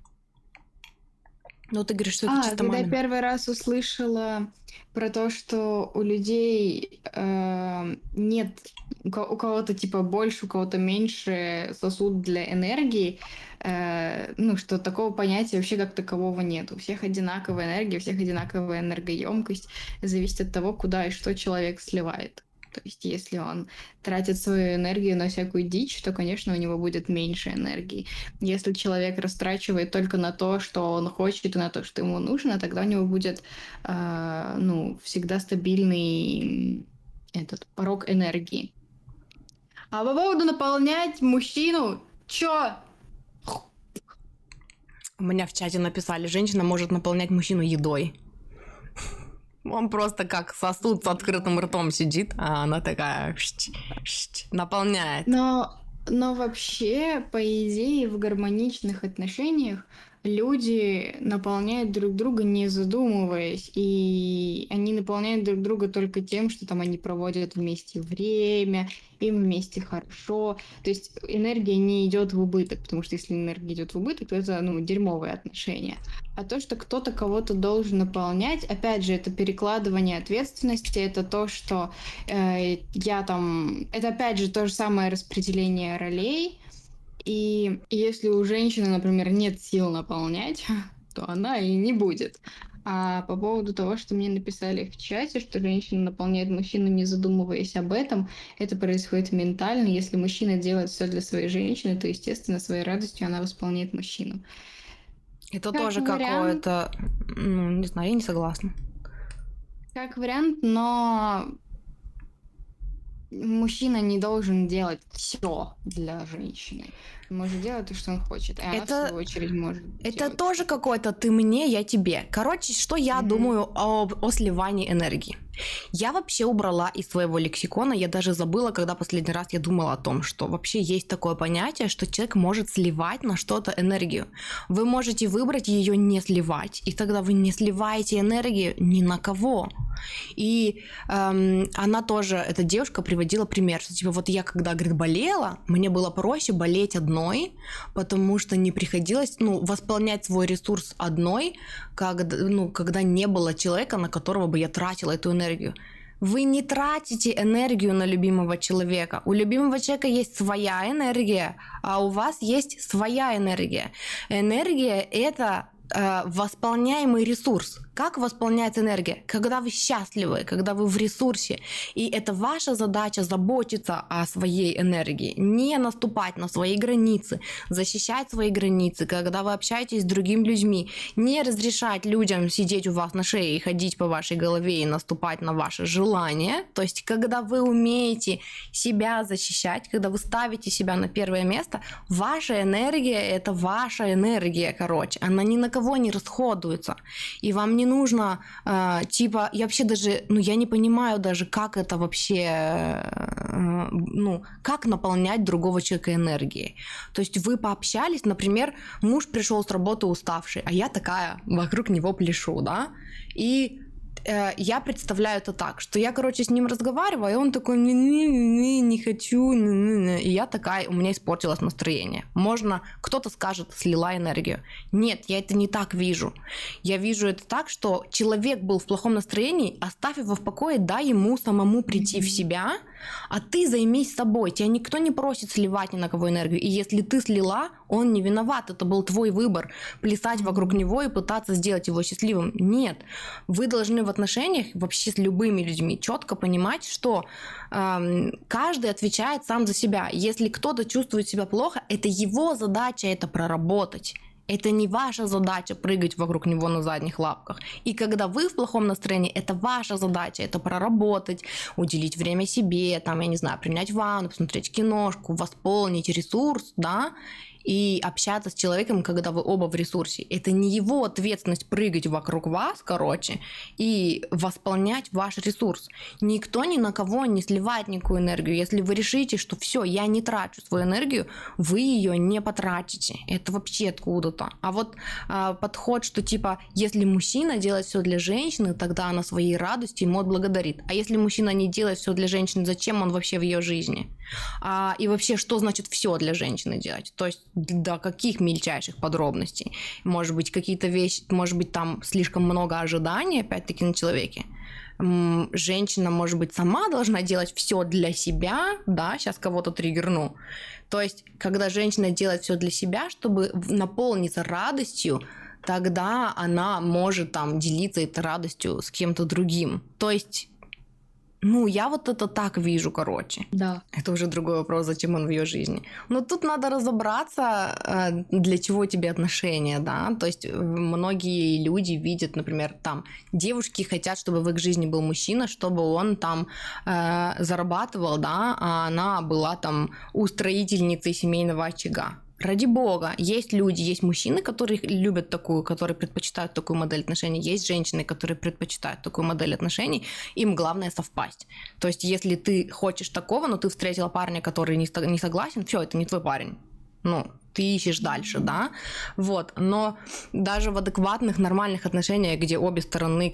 Speaker 2: Ну, ты говоришь, что это чисто
Speaker 3: Когда я
Speaker 2: мамина.
Speaker 3: первый раз услышала про то, что у людей нет, у кого-то типа больше, у кого-то меньше сосуд для энергии, ну, что такого понятия вообще как такового нет. У всех одинаковая энергия, у всех одинаковая энергоемкость, зависит от того, куда и что человек сливает. То есть, если он тратит свою энергию на всякую дичь, то, конечно, у него будет меньше энергии. Если человек растрачивает только на то, что он хочет, и на то, что ему нужно, тогда у него будет, всегда стабильный этот порог энергии. А по поводу наполнять мужчину, чё?
Speaker 2: У меня в чате написали: женщина может наполнять мужчину едой. Он просто как сосуд с открытым ртом сидит, а она такая наполняет.
Speaker 3: Но вообще, по идее, в гармоничных отношениях люди наполняют друг друга, не задумываясь, и они наполняют друг друга только тем, что там они проводят вместе время, им вместе хорошо. То есть энергия не идет в убыток, потому что если энергия идет в убыток, то это, дерьмовые отношения. А то, что кто-то кого-то должен наполнять, опять же, это перекладывание ответственности, это то, что это опять же то же самое распределение ролей. И если у женщины, например, нет сил наполнять, то она и не будет. А по поводу того, что мне написали в чате, что женщина наполняет мужчину, не задумываясь об этом, это происходит ментально. Если мужчина делает все для своей женщины, то, естественно, своей радостью она восполняет мужчину.
Speaker 2: Это
Speaker 3: Как
Speaker 2: тоже
Speaker 3: вариант,
Speaker 2: какое-то... Ну, не знаю, я не согласна.
Speaker 3: как вариант, но мужчина не должен делать все для женщины. Он может делать то, что он хочет, и она, в свою очередь, может
Speaker 2: Это
Speaker 3: делать
Speaker 2: тоже
Speaker 3: что
Speaker 2: какой-то ты мне, я тебе. Короче, что я думаю о сливании энергии. Я вообще убрала из своего лексикона, я даже забыла, когда последний раз я думала о том, что вообще есть такое понятие, что человек может сливать на что-то энергию. Вы можете выбрать ее не сливать, и тогда вы не сливаете энергию ни на кого. И она тоже, эта девушка приводила пример, что типа вот я когда, говорит, болела, мне было проще болеть одной, потому что не приходилось, восполнять свой ресурс одной, когда не было человека, на которого бы я тратила эту энергию. Вы не тратите энергию на любимого человека. У любимого человека есть своя энергия, а у вас есть своя энергия. Энергия — это восполняемый ресурс. Как восполняется энергия? Когда вы счастливы, когда вы в ресурсе. И это ваша задача заботиться о своей энергии, не наступать на свои границы, защищать свои границы, когда вы общаетесь с другими людьми, не разрешать людям сидеть у вас на шее и ходить по вашей голове и наступать на ваши желания. То есть, когда вы умеете себя защищать, когда вы ставите себя на первое место, ваша энергия — это ваша энергия, она ни на кого не расходуется. И вам не нужно, я вообще даже, я не понимаю даже, как это вообще, как наполнять другого человека энергией. То есть вы пообщались, например, муж пришел с работы уставший, а я такая вокруг него пляшу, да, и я представляю это так, что я, с ним разговариваю, и он такой, не хочу, и я такая, у меня испортилось настроение. Кто-то скажет, слила энергию. Нет, я это не так вижу. Я вижу это так, что человек был в плохом настроении, оставь его в покое, дай ему самому прийти в себя, а ты займись собой. Тебя никто не просит сливать ни на кого энергию. И если ты слила, он не виноват, это был твой выбор. Плясать вокруг него и пытаться сделать его счастливым. Нет. Вы должны в отношениях вообще с любыми людьми четко понимать, что каждый отвечает сам за себя. Если кто-то чувствует себя плохо, это его задача это проработать. Это не ваша задача прыгать вокруг него на задних лапках. И когда вы в плохом настроении, это ваша задача это проработать, уделить время себе, принять ванну, посмотреть киношку, восполнить ресурс, да, и общаться с человеком, когда вы оба в ресурсе. Это не его ответственность прыгать вокруг вас, и восполнять ваш ресурс. Никто ни на кого не сливает никакую энергию. Если вы решите, что все, я не трачу свою энергию, вы ее не потратите. Это вообще откуда-то. А вот подход, что если мужчина делает все для женщины, тогда она своей радостью ему отблагодарит. А если мужчина не делает все для женщины, зачем он вообще в ее жизни? И вообще, что значит все для женщины делать? То есть до каких мельчайших подробностей? Может быть, какие-то вещи, может быть, там слишком много ожиданий, опять-таки, на человеке. Женщина, может быть, сама должна делать все для себя, да, сейчас кого-то триггерну. То есть, когда женщина делает все для себя, чтобы наполниться радостью, тогда она может делиться этой радостью с кем-то другим. То есть, я вот это так вижу,
Speaker 3: Да.
Speaker 2: Это уже другой вопрос, зачем он в ее жизни. Но тут надо разобраться, для чего тебе отношения, да. То есть многие люди видят, например, девушки хотят, чтобы в их жизни был мужчина, чтобы он зарабатывал, да, а она была устроительницей семейного очага. Ради бога, есть люди, есть мужчины, которые любят которые предпочитают такую модель отношений, есть женщины, которые предпочитают такую модель отношений, им главное совпасть. То есть, если ты хочешь такого, но ты встретила парня, который не согласен, все, это не твой парень. Ты ищешь дальше, да? Вот, но даже в адекватных, нормальных отношениях, где обе стороны,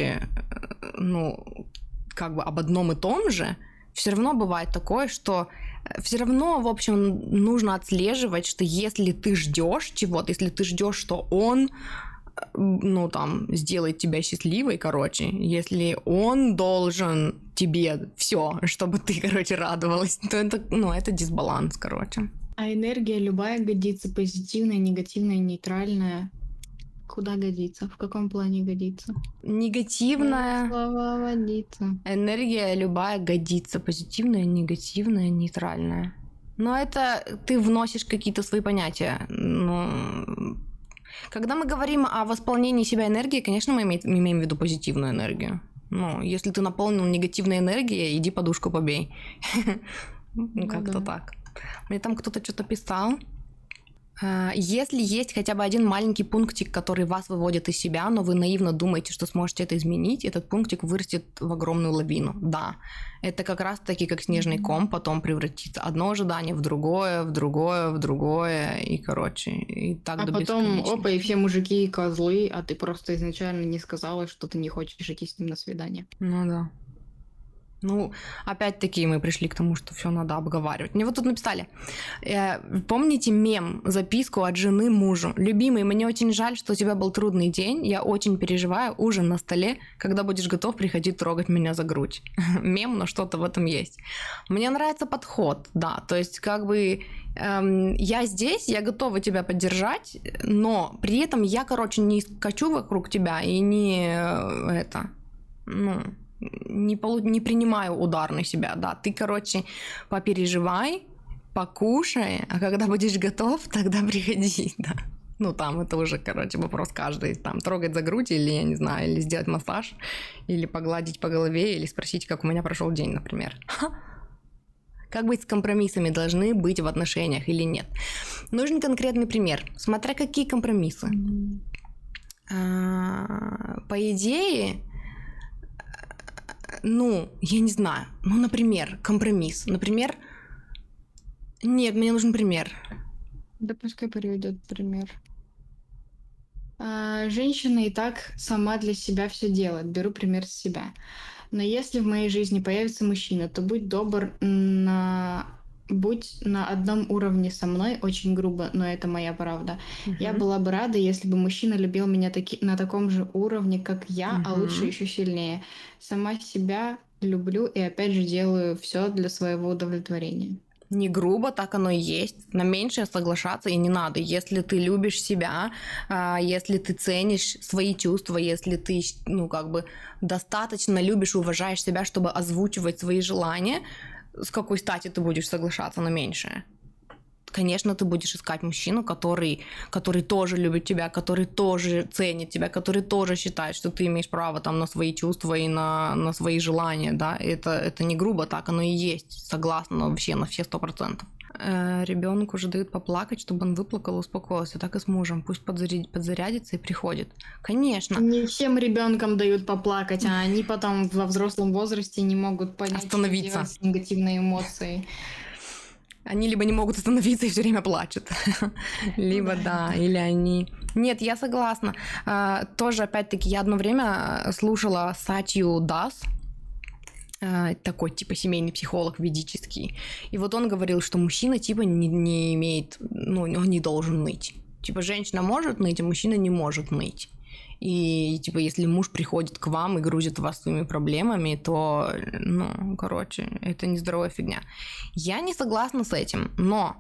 Speaker 2: об одном и том же, все равно бывает такое, что все равно, в общем, нужно отслеживать, что если ты ждешь чего-то, если ты ждешь, что он, сделает тебя счастливой, если он должен тебе все, чтобы ты, радовалась, то это дисбаланс,
Speaker 3: А энергия любая годится, позитивная, негативная, нейтральная. Куда годится? В каком плане годится?
Speaker 2: Негативная
Speaker 3: Слова водится.
Speaker 2: энергия любая годится. Позитивная, негативная, нейтральная. Но это ты вносишь какие-то свои понятия. Ну, когда мы говорим о восполнении себя энергией, конечно, мы имеем в виду позитивную энергию. Ну, если ты наполнен негативной энергией, иди подушку побей. Ну, как-то так. Мне там кто-то что-то писал. Если есть хотя бы один маленький пунктик, который вас выводит из себя, но вы наивно думаете, что сможете это изменить, этот пунктик вырастет в огромную лавину. Да, это как раз-таки как снежный ком потом превратится. Одно ожидание в другое, и, короче, и так до
Speaker 3: потом,
Speaker 2: бесконечности.
Speaker 3: опа, и все мужики козлы, а ты просто изначально не сказала, что ты не хочешь идти с ним на свидание.
Speaker 2: Ну да. Ну, опять-таки мы пришли к тому, что все надо обговаривать. Мне вот тут написали, помните мем, записку от жены мужу? Любимый, мне очень жаль, что у тебя был трудный день, я очень переживаю, ужин на столе, когда будешь готов, приходи трогать меня за грудь. Мем, но что-то в этом есть. Мне нравится подход, да, то есть как бы я здесь, я готова тебя поддержать, но при этом я, короче, не скачу вокруг тебя и не принимаю удар на себя, да, ты, короче, попереживай, покушай, а когда будешь готов, тогда приходи, да. Ну, там это уже, короче, вопрос каждый, там, трогать за грудь или, я не знаю, или сделать массаж, или погладить по голове, или спросить, как у меня прошел день, например. Как быть с компромиссами, должны быть в отношениях или нет? Нужен конкретный пример, смотря какие компромиссы. По идее, ну, я не знаю. Ну, например, компромисс. Например, нет, мне нужен пример.
Speaker 3: Да пускай приведет пример. Женщина и так сама для себя все делает. Беру пример с себя. Но если в моей жизни появится мужчина, то будь добр, будь на одном уровне со мной, очень грубо, но это моя правда. Я была бы рада, если бы мужчина любил меня на таком же уровне, как я, а лучше еще сильнее. Сама себя люблю и опять же делаю все для своего удовлетворения.
Speaker 2: Не грубо, так оно и есть. На меньшее соглашаться и не надо. Если ты любишь себя, если ты ценишь свои чувства, если ты, ну, как бы достаточно любишь и уважаешь себя, чтобы озвучивать свои желания, с какой стати ты будешь соглашаться на меньшее? Конечно, ты будешь искать мужчину, который тоже любит тебя, который тоже ценит тебя, который тоже считает, что ты имеешь право там на свои чувства и на свои желания, да, это не грубо, так оно и есть, согласна вообще на все 100%. Ребенку уже дают поплакать, чтобы он выплакал, успокоился, так и с мужем, пусть подзарядится и приходит. Конечно.
Speaker 3: Не всем ребенкам дают поплакать, а они потом во взрослом возрасте не могут понять,
Speaker 2: остановиться,
Speaker 3: что делать с негативной эмоцией.
Speaker 2: Они либо не могут остановиться и все время плачут, либо да, или они... Нет, я согласна. Тоже, опять-таки, я одно время слушала Сатью Дас, такой, типа, семейный психолог ведический. И вот он говорил, что мужчина, типа, не имеет... Ну, он не должен ныть. Типа, женщина может ныть, а мужчина не может ныть. И, типа, если муж приходит к вам и грузит вас своими проблемами, то, ну, короче, это нездоровая фигня. Я не согласна с этим, но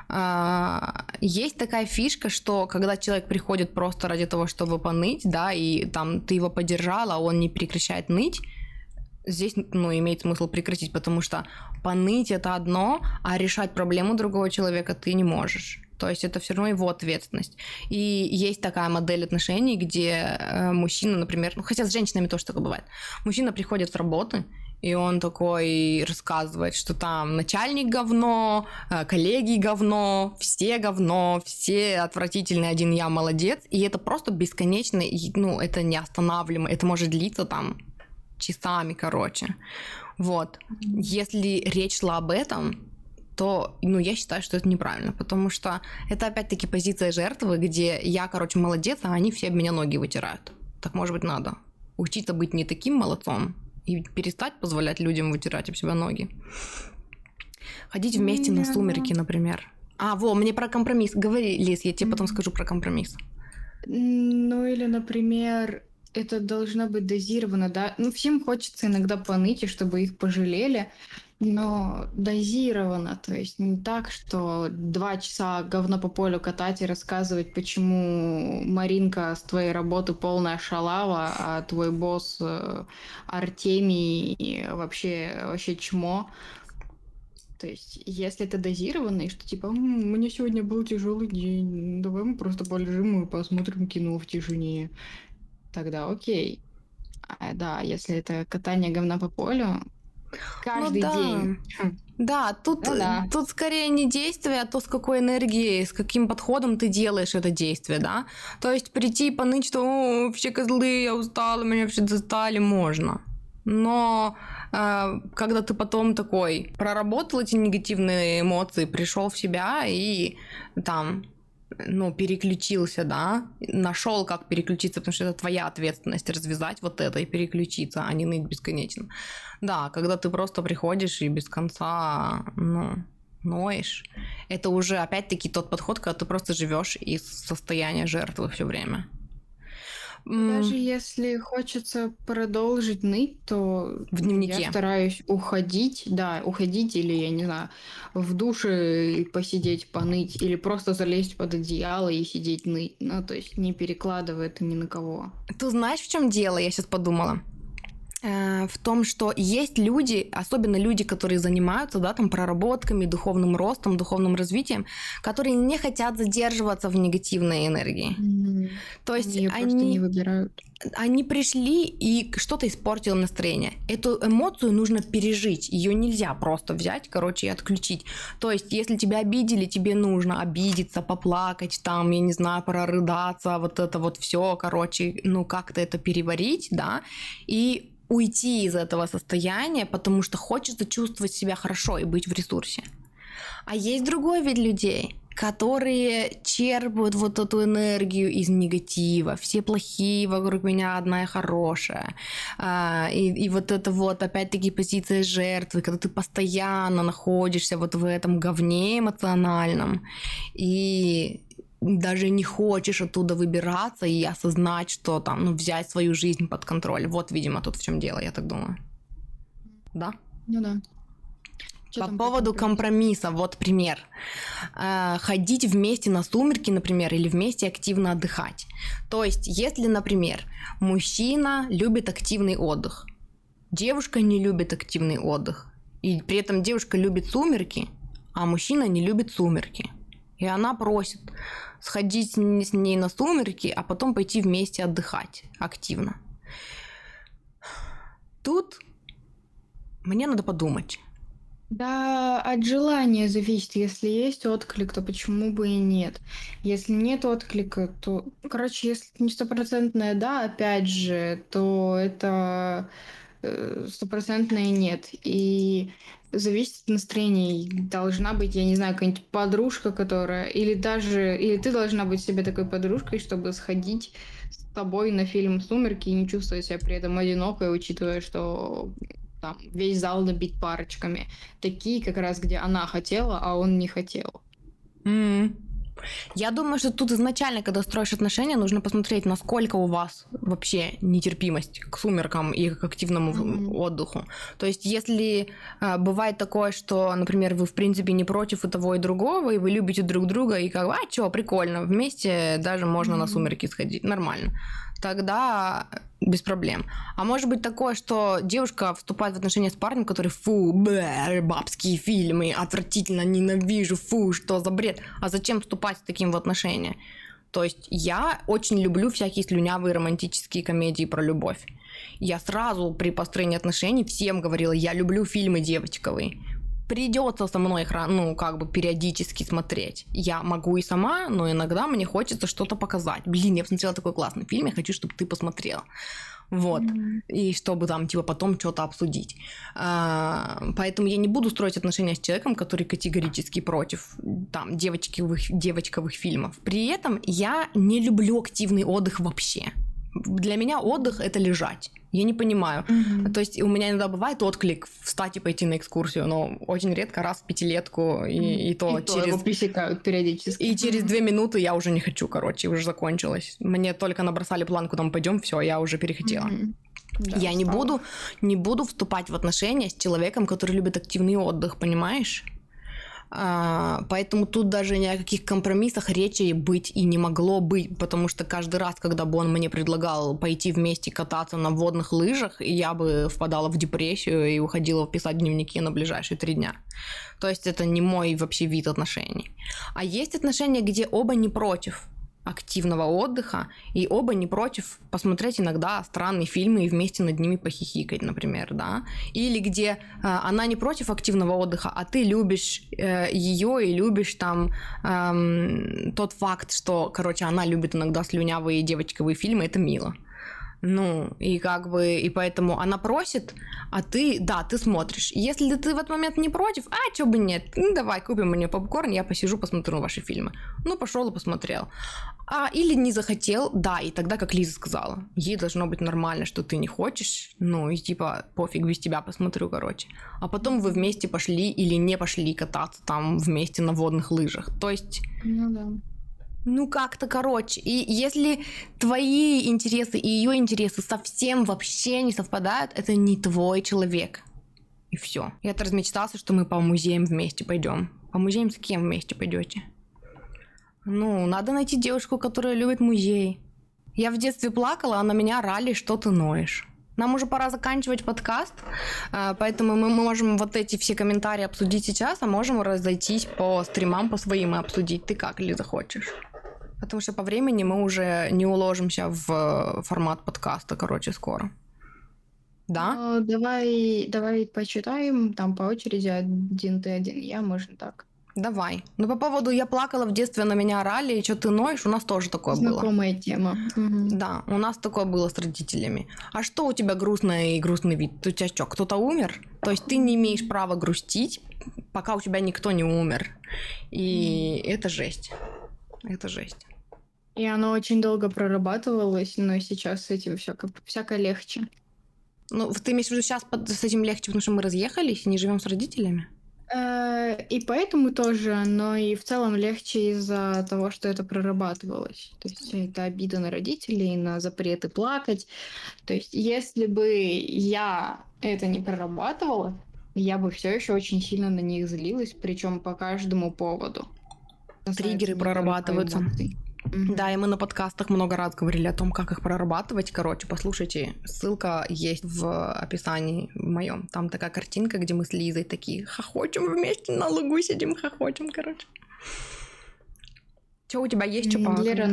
Speaker 2: есть такая фишка, что когда человек приходит просто ради того, чтобы поныть, да, и там ты его поддержала, а он не прекращает ныть, здесь, ну, имеет смысл прекратить, потому что поныть это одно, а решать проблему другого человека ты не можешь. То есть это все равно его ответственность. И есть такая модель отношений, где мужчина, например, ну хотя с женщинами тоже такое бывает, мужчина приходит с работы, и он такой рассказывает, что там начальник говно, коллеги говно, все отвратительные, один я молодец, и это просто бесконечно, ну это неостанавливаемо, это может длиться там часами, короче. Вот. Если речь шла об этом, то, ну, я считаю, что это неправильно, потому что это, опять-таки, позиция жертвы, где я, короче, молодец, а они все об меня ноги вытирают. Так, может быть, надо учиться быть не таким молодцом и перестать позволять людям вытирать об себя ноги. Ходить вместе на сумерки, например. Мне про компромисс. Говори, Лиз, я тебе потом скажу про компромисс.
Speaker 3: Ну, или, например, это должно быть дозировано, да? Ну, всем хочется иногда поныть, и чтобы их пожалели. Но дозированно, то есть не так, что 2 часа говно по полю катать и рассказывать, почему Маринка с твоей работы полная шалава, а твой босс Артемий вообще чмо. То есть, если это дозированно, и что типа, мне сегодня был тяжелый день, давай мы просто полежим и посмотрим кино в тишине, тогда окей. Да, если это катание говна по полю, каждый день.
Speaker 2: Да, тут скорее не действие, а то, с какой энергией, с каким подходом ты делаешь это действие, да. То есть прийти и поныть, что вообще козлы, я устала, меня вообще достали, можно. Но когда ты потом такой проработал эти негативные эмоции, пришел в себя и там, переключился, да, нашел, как переключиться, потому что это твоя ответственность развязать вот это и переключиться, а не ныть бесконечно. Да, когда ты просто приходишь и без конца, ноешь, это уже опять-таки тот подход, когда ты просто живешь из состояния жертвы все время.
Speaker 3: Даже если хочется продолжить ныть, то
Speaker 2: в дневнике
Speaker 3: я стараюсь уходить или, я не знаю, в душе посидеть, поныть, или просто залезть под одеяло и сидеть ныть. То есть не перекладывая это ни на кого.
Speaker 2: Ты знаешь, в чем дело? Я сейчас подумала. В том, что есть люди, особенно люди, которые занимаются, да, там, проработками, духовным ростом, духовным развитием, которые не хотят задерживаться в негативной энергии. То есть
Speaker 3: они не выбирают.
Speaker 2: Они пришли, и что-то испортило настроение. Эту эмоцию нужно пережить. Ее нельзя просто взять, и отключить. То есть, если тебя обидели, тебе нужно обидеться, поплакать, там, я не знаю, прорыдаться, вот это вот все, как-то это переварить, да, и уйти из этого состояния, потому что хочется чувствовать себя хорошо и быть в ресурсе. А есть другой вид людей, которые черпают вот эту энергию из негатива. Все плохие, вокруг меня одна я хорошая. И вот это вот, опять-таки, позиция жертвы, когда ты постоянно находишься вот в этом говне эмоциональном, и даже не хочешь оттуда выбираться и осознать, что там, взять свою жизнь под контроль. Вот, видимо, тут в чем дело, я так думаю. Да?
Speaker 3: Да.
Speaker 2: По поводу компромисса, вот пример. Ходить вместе на сумерки, например, или вместе активно отдыхать. То есть, если, например, мужчина любит активный отдых, девушка не любит активный отдых, и при этом девушка любит сумерки, а мужчина не любит сумерки. И она просит сходить с ней на сумерки, а потом пойти вместе отдыхать активно. Тут мне надо подумать.
Speaker 3: Да, от желания зависит. Если есть отклик, то почему бы и нет? Если нет отклика, то, если это не стопроцентное да, опять же, то это стопроцентное нет. И зависит от настроения. Должна быть, я не знаю, какая-нибудь подружка, которая... Или ты должна быть себе такой подружкой, чтобы сходить с тобой на фильм «Сумерки» и не чувствовать себя при этом одинокой, учитывая, что там весь зал набит парочками. Такие как раз, где она хотела, а он не хотел.
Speaker 2: Я думаю, что тут изначально, когда строишь отношения, нужно посмотреть, насколько у вас вообще нетерпимость к сумеркам и к активному отдыху. То есть, если бывает такое, что, например, вы в принципе не против и того, и другого, и вы любите друг друга, и прикольно, вместе даже можно на сумерки сходить, нормально. Тогда без проблем. А может быть такое, что девушка вступает в отношения с парнем, который бабские фильмы, отвратительно, ненавижу, что за бред. А зачем вступать в таким в отношения? То есть я очень люблю всякие слюнявые романтические комедии про любовь. Я сразу при построении отношений всем говорила, я люблю фильмы девочковые. Придется со мной их, периодически смотреть. Я могу и сама, но иногда мне хочется что-то показать. Я посмотрела такой классный фильм, я хочу, чтобы ты посмотрела. Вот. И чтобы там, потом что-то обсудить. Поэтому я не буду строить отношения с человеком, который категорически против там девочковых фильмов. При этом я не люблю активный отдых вообще. Для меня отдых — это лежать. Я не понимаю. То есть у меня иногда бывает отклик встать и пойти на экскурсию, но очень редко, раз в пятилетку, и то через...
Speaker 3: его пресекают периодически.
Speaker 2: И через 2 минуты я уже не хочу, уже закончилось. Мне только набросали планку, там пойдем, все, я уже перехотела.
Speaker 3: Да,
Speaker 2: я не буду вступать в отношения с человеком, который любит активный отдых, понимаешь? Поэтому тут даже ни о каких компромиссах речи быть и не могло быть, потому что каждый раз, когда бы он мне предлагал пойти вместе кататься на водных лыжах, я бы впадала в депрессию и уходила писать дневники на ближайшие 3 дня. То есть это не мой вообще вид отношений. А есть отношения, где оба не против активного отдыха, и оба не против посмотреть иногда странные фильмы и вместе над ними похихикать, например, да, или где она не против активного отдыха, а ты любишь ее и любишь там тот факт, что, короче, она любит иногда слюнявые девочковые фильмы, это мило. Ну, и как бы, и поэтому она просит, а ты, да, ты смотришь. Если ты в этот момент не против, чё бы нет, ну, давай, купим мне попкорн, я посижу, посмотрю ваши фильмы. Ну, пошел и посмотрел. Или не захотел, да, и тогда, как Лиза сказала, ей должно быть нормально, что ты не хочешь, ну, и типа, пофиг, без тебя посмотрю, короче. А потом вы вместе пошли или не пошли кататься там вместе на водных лыжах. То есть...
Speaker 3: Ну, да.
Speaker 2: Ну, как-то, короче. И если твои интересы и ее интересы совсем вообще не совпадают, это не твой человек. И все. Я-то размечтался, что мы по музеям вместе пойдем. По музеям с кем вместе пойдете? Ну, надо найти девушку, которая любит музей. Я в детстве плакала, а на меня орали, что ты ноешь. Нам уже пора заканчивать подкаст, поэтому мы можем вот эти все комментарии обсудить сейчас, а можем разойтись по стримам, по своим и обсудить. Ты как, Лиза, хочешь? Потому что по времени мы уже не уложимся в формат подкаста, короче, скоро. Да?
Speaker 3: Давай почитаем там по очереди, один ты, один я, можно так.
Speaker 2: Давай. Ну, по поводу «я плакала в детстве, на меня орали, и что ты ноешь», у нас тоже такое было.
Speaker 3: Знакомая тема. Угу.
Speaker 2: Да, у нас такое было с родителями. А что у тебя грустный вид? У тебя что, кто-то умер? То есть ты не имеешь права грустить, пока у тебя никто не умер. И это жесть. Это жесть.
Speaker 3: И оно очень долго прорабатывалось, но сейчас с этим всяко легче.
Speaker 2: Ну, ты имеешь в виду сейчас с этим легче, потому что мы разъехались и не живем с родителями?
Speaker 3: И поэтому тоже, но и в целом легче из-за того, что это прорабатывалось. То есть это обида на родителей, на запреты плакать. То есть если бы я это не прорабатывала, я бы все еще очень сильно на них злилась, причем по каждому поводу.
Speaker 2: Триггеры прорабатываются. Да, и мы на подкастах много раз говорили о том, как их прорабатывать. Короче, послушайте, ссылка есть в описании моем. Там такая картинка, где мы с Лизой такие хохочем вместе, на лугу сидим, хохочем, короче. Что у тебя есть, что по...
Speaker 3: Лера,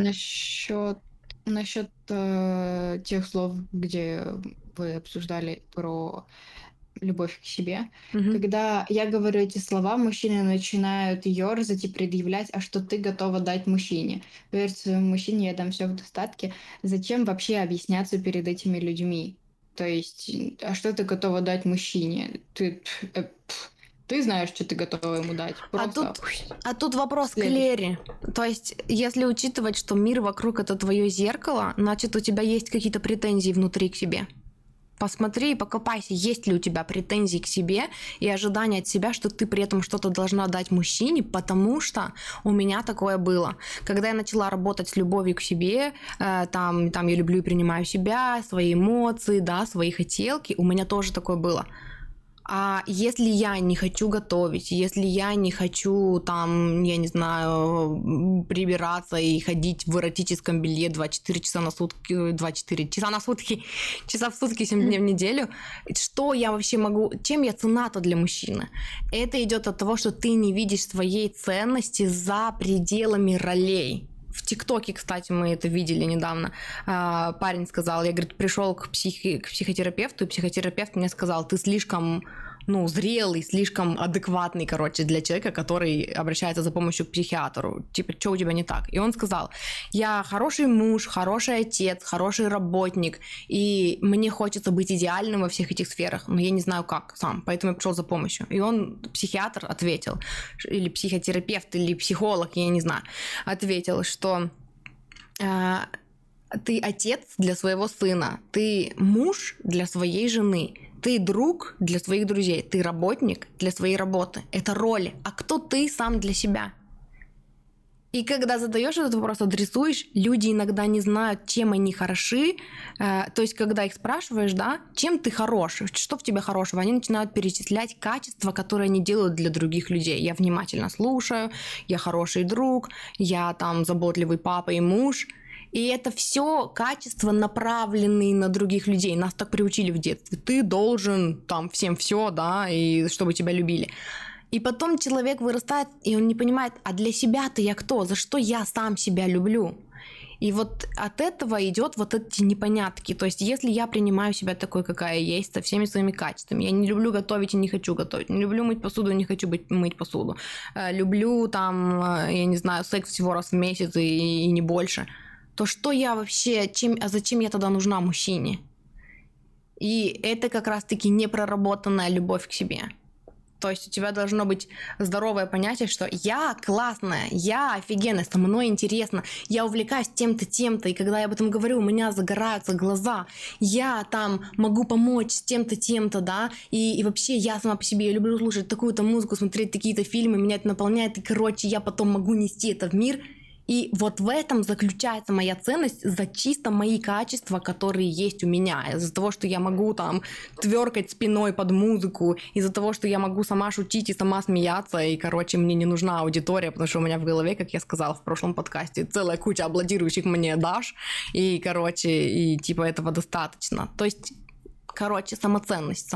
Speaker 3: насчет тех слов, где вы обсуждали про любовь к себе. Когда я говорю эти слова, мужчины начинают ерзать и предъявлять, а что ты готова дать мужчине? Поверь своему мужчине, я дам все в достатке. Зачем вообще объясняться перед этими людьми? То есть, а что ты готова дать мужчине? Ты знаешь, что ты готова ему дать.
Speaker 2: А тут вопрос к Лере. То есть, если учитывать, что мир вокруг — это твое зеркало, значит, у тебя есть какие-то претензии внутри к себе. Посмотри и покопайся, есть ли у тебя претензии к себе и ожидания от себя, что ты при этом что-то должна дать мужчине, потому что у меня такое было. Когда я начала работать с любовью к себе, там я люблю и принимаю себя, свои эмоции, да, свои хотелки, у меня тоже такое было. А если я не хочу готовить, если я не хочу, там, я не знаю, прибираться и ходить в эротическом белье 24 часа на сутки, 24 часа на сутки, часа в сутки, 7 дней в неделю, что я вообще могу, чем я цена-то для мужчины? Это идет от того, что ты не видишь своей ценности за пределами ролей. В ТикТоке, кстати, мы это видели недавно. Парень сказал, я, говорит, пришел к психотерапевту, и психотерапевт мне сказал, ты слишком, зрелый, слишком адекватный, короче, для человека, который обращается за помощью к психиатру. Типа, что у тебя не так? И он сказал, я хороший муж, хороший отец, хороший работник, и мне хочется быть идеальным во всех этих сферах, но я не знаю как сам, поэтому я пришел за помощью. И он, психиатр, ответил, или психотерапевт, или психолог, я не знаю, ответил, что ты отец для своего сына, ты муж для своей жены, ты друг для своих друзей, ты работник для своей работы. Это роли. А кто ты сам для себя? И когда задаешь этот вопрос, адресуешь, люди иногда не знают, чем они хороши. То есть, когда их спрашиваешь, да, чем ты хорош, что в тебе хорошего, они начинают перечислять качества, которые они делают для других людей. Я внимательно слушаю, я хороший друг, я там заботливый папа и муж. И это все качества, направленные на других людей. Нас так приучили в детстве. Ты должен там всем все, да, и чтобы тебя любили. И потом человек вырастает, и он не понимает, а для себя-то я кто? За что я сам себя люблю? И вот от этого идет вот эти непонятки. То есть если я принимаю себя такой, какая я есть, со всеми своими качествами, я не люблю готовить и не хочу готовить, не люблю мыть посуду и не хочу мыть посуду, люблю там, я не знаю, секс всего раз в месяц и не больше, то что я вообще, зачем я тогда нужна мужчине? И это как раз-таки непроработанная любовь к себе. То есть у тебя должно быть здоровое понятие, что я классная, я офигенная, со мной интересно, я увлекаюсь тем-то, тем-то, и когда я об этом говорю, у меня загораются глаза, я там могу помочь с тем-то, тем-то, да, и вообще я сама по себе, я люблю слушать такую-то музыку, смотреть такие-то фильмы, меня это наполняет, и, короче, я потом могу нести это в мир. И вот в этом заключается моя ценность за чисто мои качества, которые есть у меня. Из-за того, что я могу там тверкать спиной под музыку, из-за того, что я могу сама шутить и сама смеяться, и, короче, мне не нужна аудитория, потому что у меня в голове, как я сказала в прошлом подкасте, целая куча аплодирующих мне даш, и, короче, и типа этого достаточно. То есть, короче, самоценность.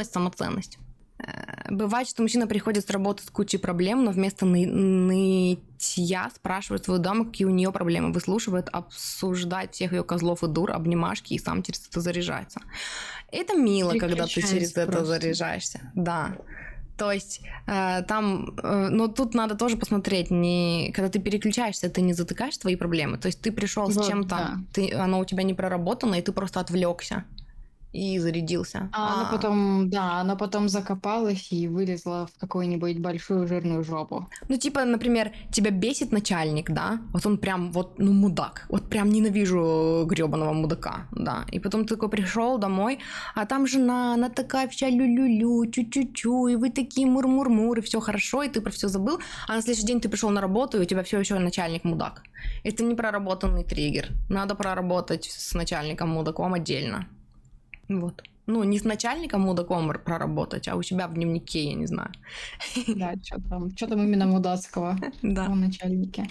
Speaker 2: Бывает, что мужчина приходит с работы с кучей проблем, но вместо нытья спрашивает свою даму, какие у нее проблемы, выслушивает, обсуждает всех ее козлов и дур, обнимашки, и сам через это заряжается. Это мило, когда ты через это заряжаешься. Да. То есть там, но тут надо тоже посмотреть, когда ты переключаешься, ты не затыкаешь свои проблемы. То есть ты пришел с чем-то, оно у тебя не проработано, и ты просто отвлекся. И зарядился.
Speaker 3: Она потом закопалась и вылезла в какую-нибудь большую жирную жопу.
Speaker 2: Ну, типа, например, тебя бесит начальник, да? Вот он прям мудак. Вот прям ненавижу грёбаного мудака, да. И потом ты такой пришел домой, а там жена, она такая вся лю-лю-лю, чу-чу-чу, и вы такие мур-мур-мур, и все хорошо, и ты про все забыл. А на следующий день ты пришел на работу, и у тебя все еще начальник мудак. Это не проработанный триггер. Надо проработать с начальником мудаком отдельно. Вот. Ну, не с начальником мудаком проработать, а у себя в дневнике, я не знаю.
Speaker 3: Да, что там именно мудацкого в начальнике.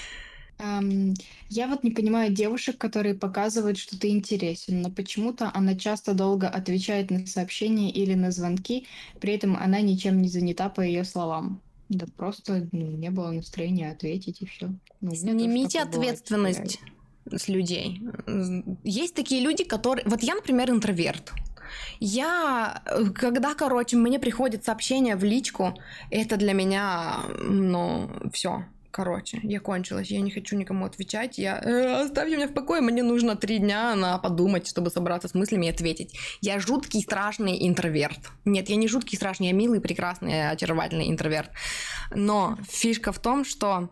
Speaker 3: Я вот не понимаю девушек, которые показывают, что ты интересен, но почему-то она часто долго отвечает на сообщения или на звонки, при этом она ничем не занята, по ее словам. Да просто не было настроения ответить, и все.
Speaker 2: Снимите ответственность с людей. Есть такие люди, которые... Вот я, например, интроверт. Когда, мне приходит сообщение в личку, это для меня, все. Я кончилась, я не хочу никому отвечать, оставьте меня в покое, мне нужно 3 дня на подумать, чтобы собраться с мыслями и ответить. Я жуткий, страшный интроверт. Нет, я не жуткий, страшный, я милый, прекрасный, очаровательный интроверт. Но фишка в том, что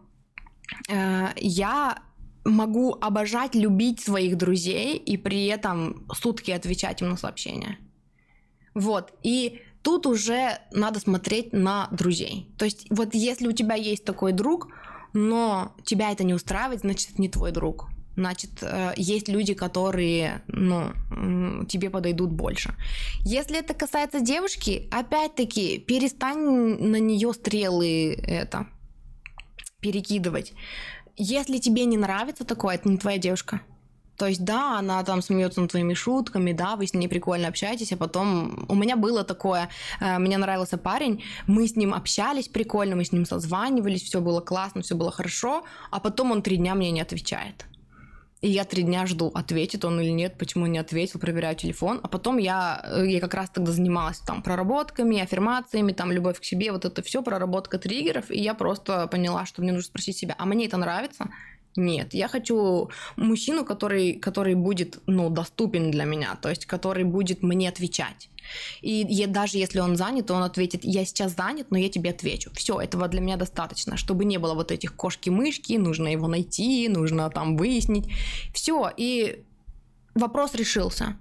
Speaker 2: я могу обожать, любить своих друзей и при этом сутки отвечать им на сообщения. Вот. И тут уже надо смотреть на друзей. То есть вот если у тебя есть такой друг, но тебя это не устраивает, значит, это не твой друг. Значит, есть люди, которые, тебе подойдут больше. Если это касается девушки, опять-таки, перестань на нее стрелы перекидывать. Если тебе не нравится такое, это не твоя девушка. То есть, да, она там смеется над твоими шутками, да, вы с ней прикольно общаетесь, а потом у меня было такое, мне нравился парень, мы с ним общались прикольно, мы с ним созванивались, все было классно, все было хорошо, а потом он 3 дня мне не отвечает. И я 3 дня жду, ответит он или нет, почему не ответил, проверяю телефон. А потом я как раз тогда занималась там проработками, аффирмациями, там любовь к себе, вот это все, проработка триггеров. И я просто поняла, что мне нужно спросить себя, а мне это нравится? Нет, я хочу мужчину, который будет, доступен для меня, то есть который будет мне отвечать. И даже если он занят, то он ответит, я сейчас занят, но я тебе отвечу. Все, этого для меня достаточно, чтобы не было вот этих кошки-мышки, нужно его найти, нужно там выяснить. Все, и вопрос решился.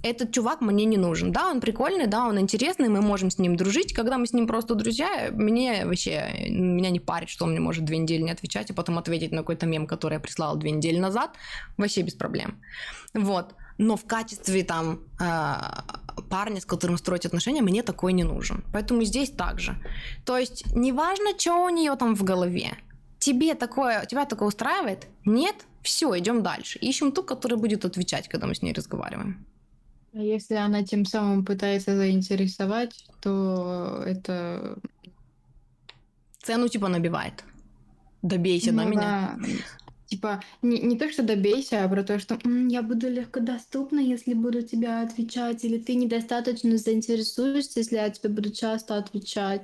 Speaker 2: этот чувак мне не нужен. Да, он прикольный, да, он интересный, мы можем с ним дружить. Когда мы с ним просто друзья, меня не парит, что он мне может 2 недели не отвечать, а потом ответить на какой-то мем, который я прислала 2 недели назад. Вообще без проблем. Вот. Но в качестве там парня, с которым строить отношения, мне такой не нужен. Поэтому здесь так же. То есть неважно, что у нее там в голове. Тебя такое устраивает? Нет? Все, идем дальше. Ищем ту, которая будет отвечать, когда мы с ней разговариваем.
Speaker 3: А если она тем самым пытается заинтересовать, то это...
Speaker 2: Цену типа набивает. Добейся на меня.
Speaker 3: Да. Типа, не то, что добейся, а про то, что я буду легкодоступна, если буду тебя отвечать, или ты недостаточно заинтересуешься, если я тебе буду часто отвечать.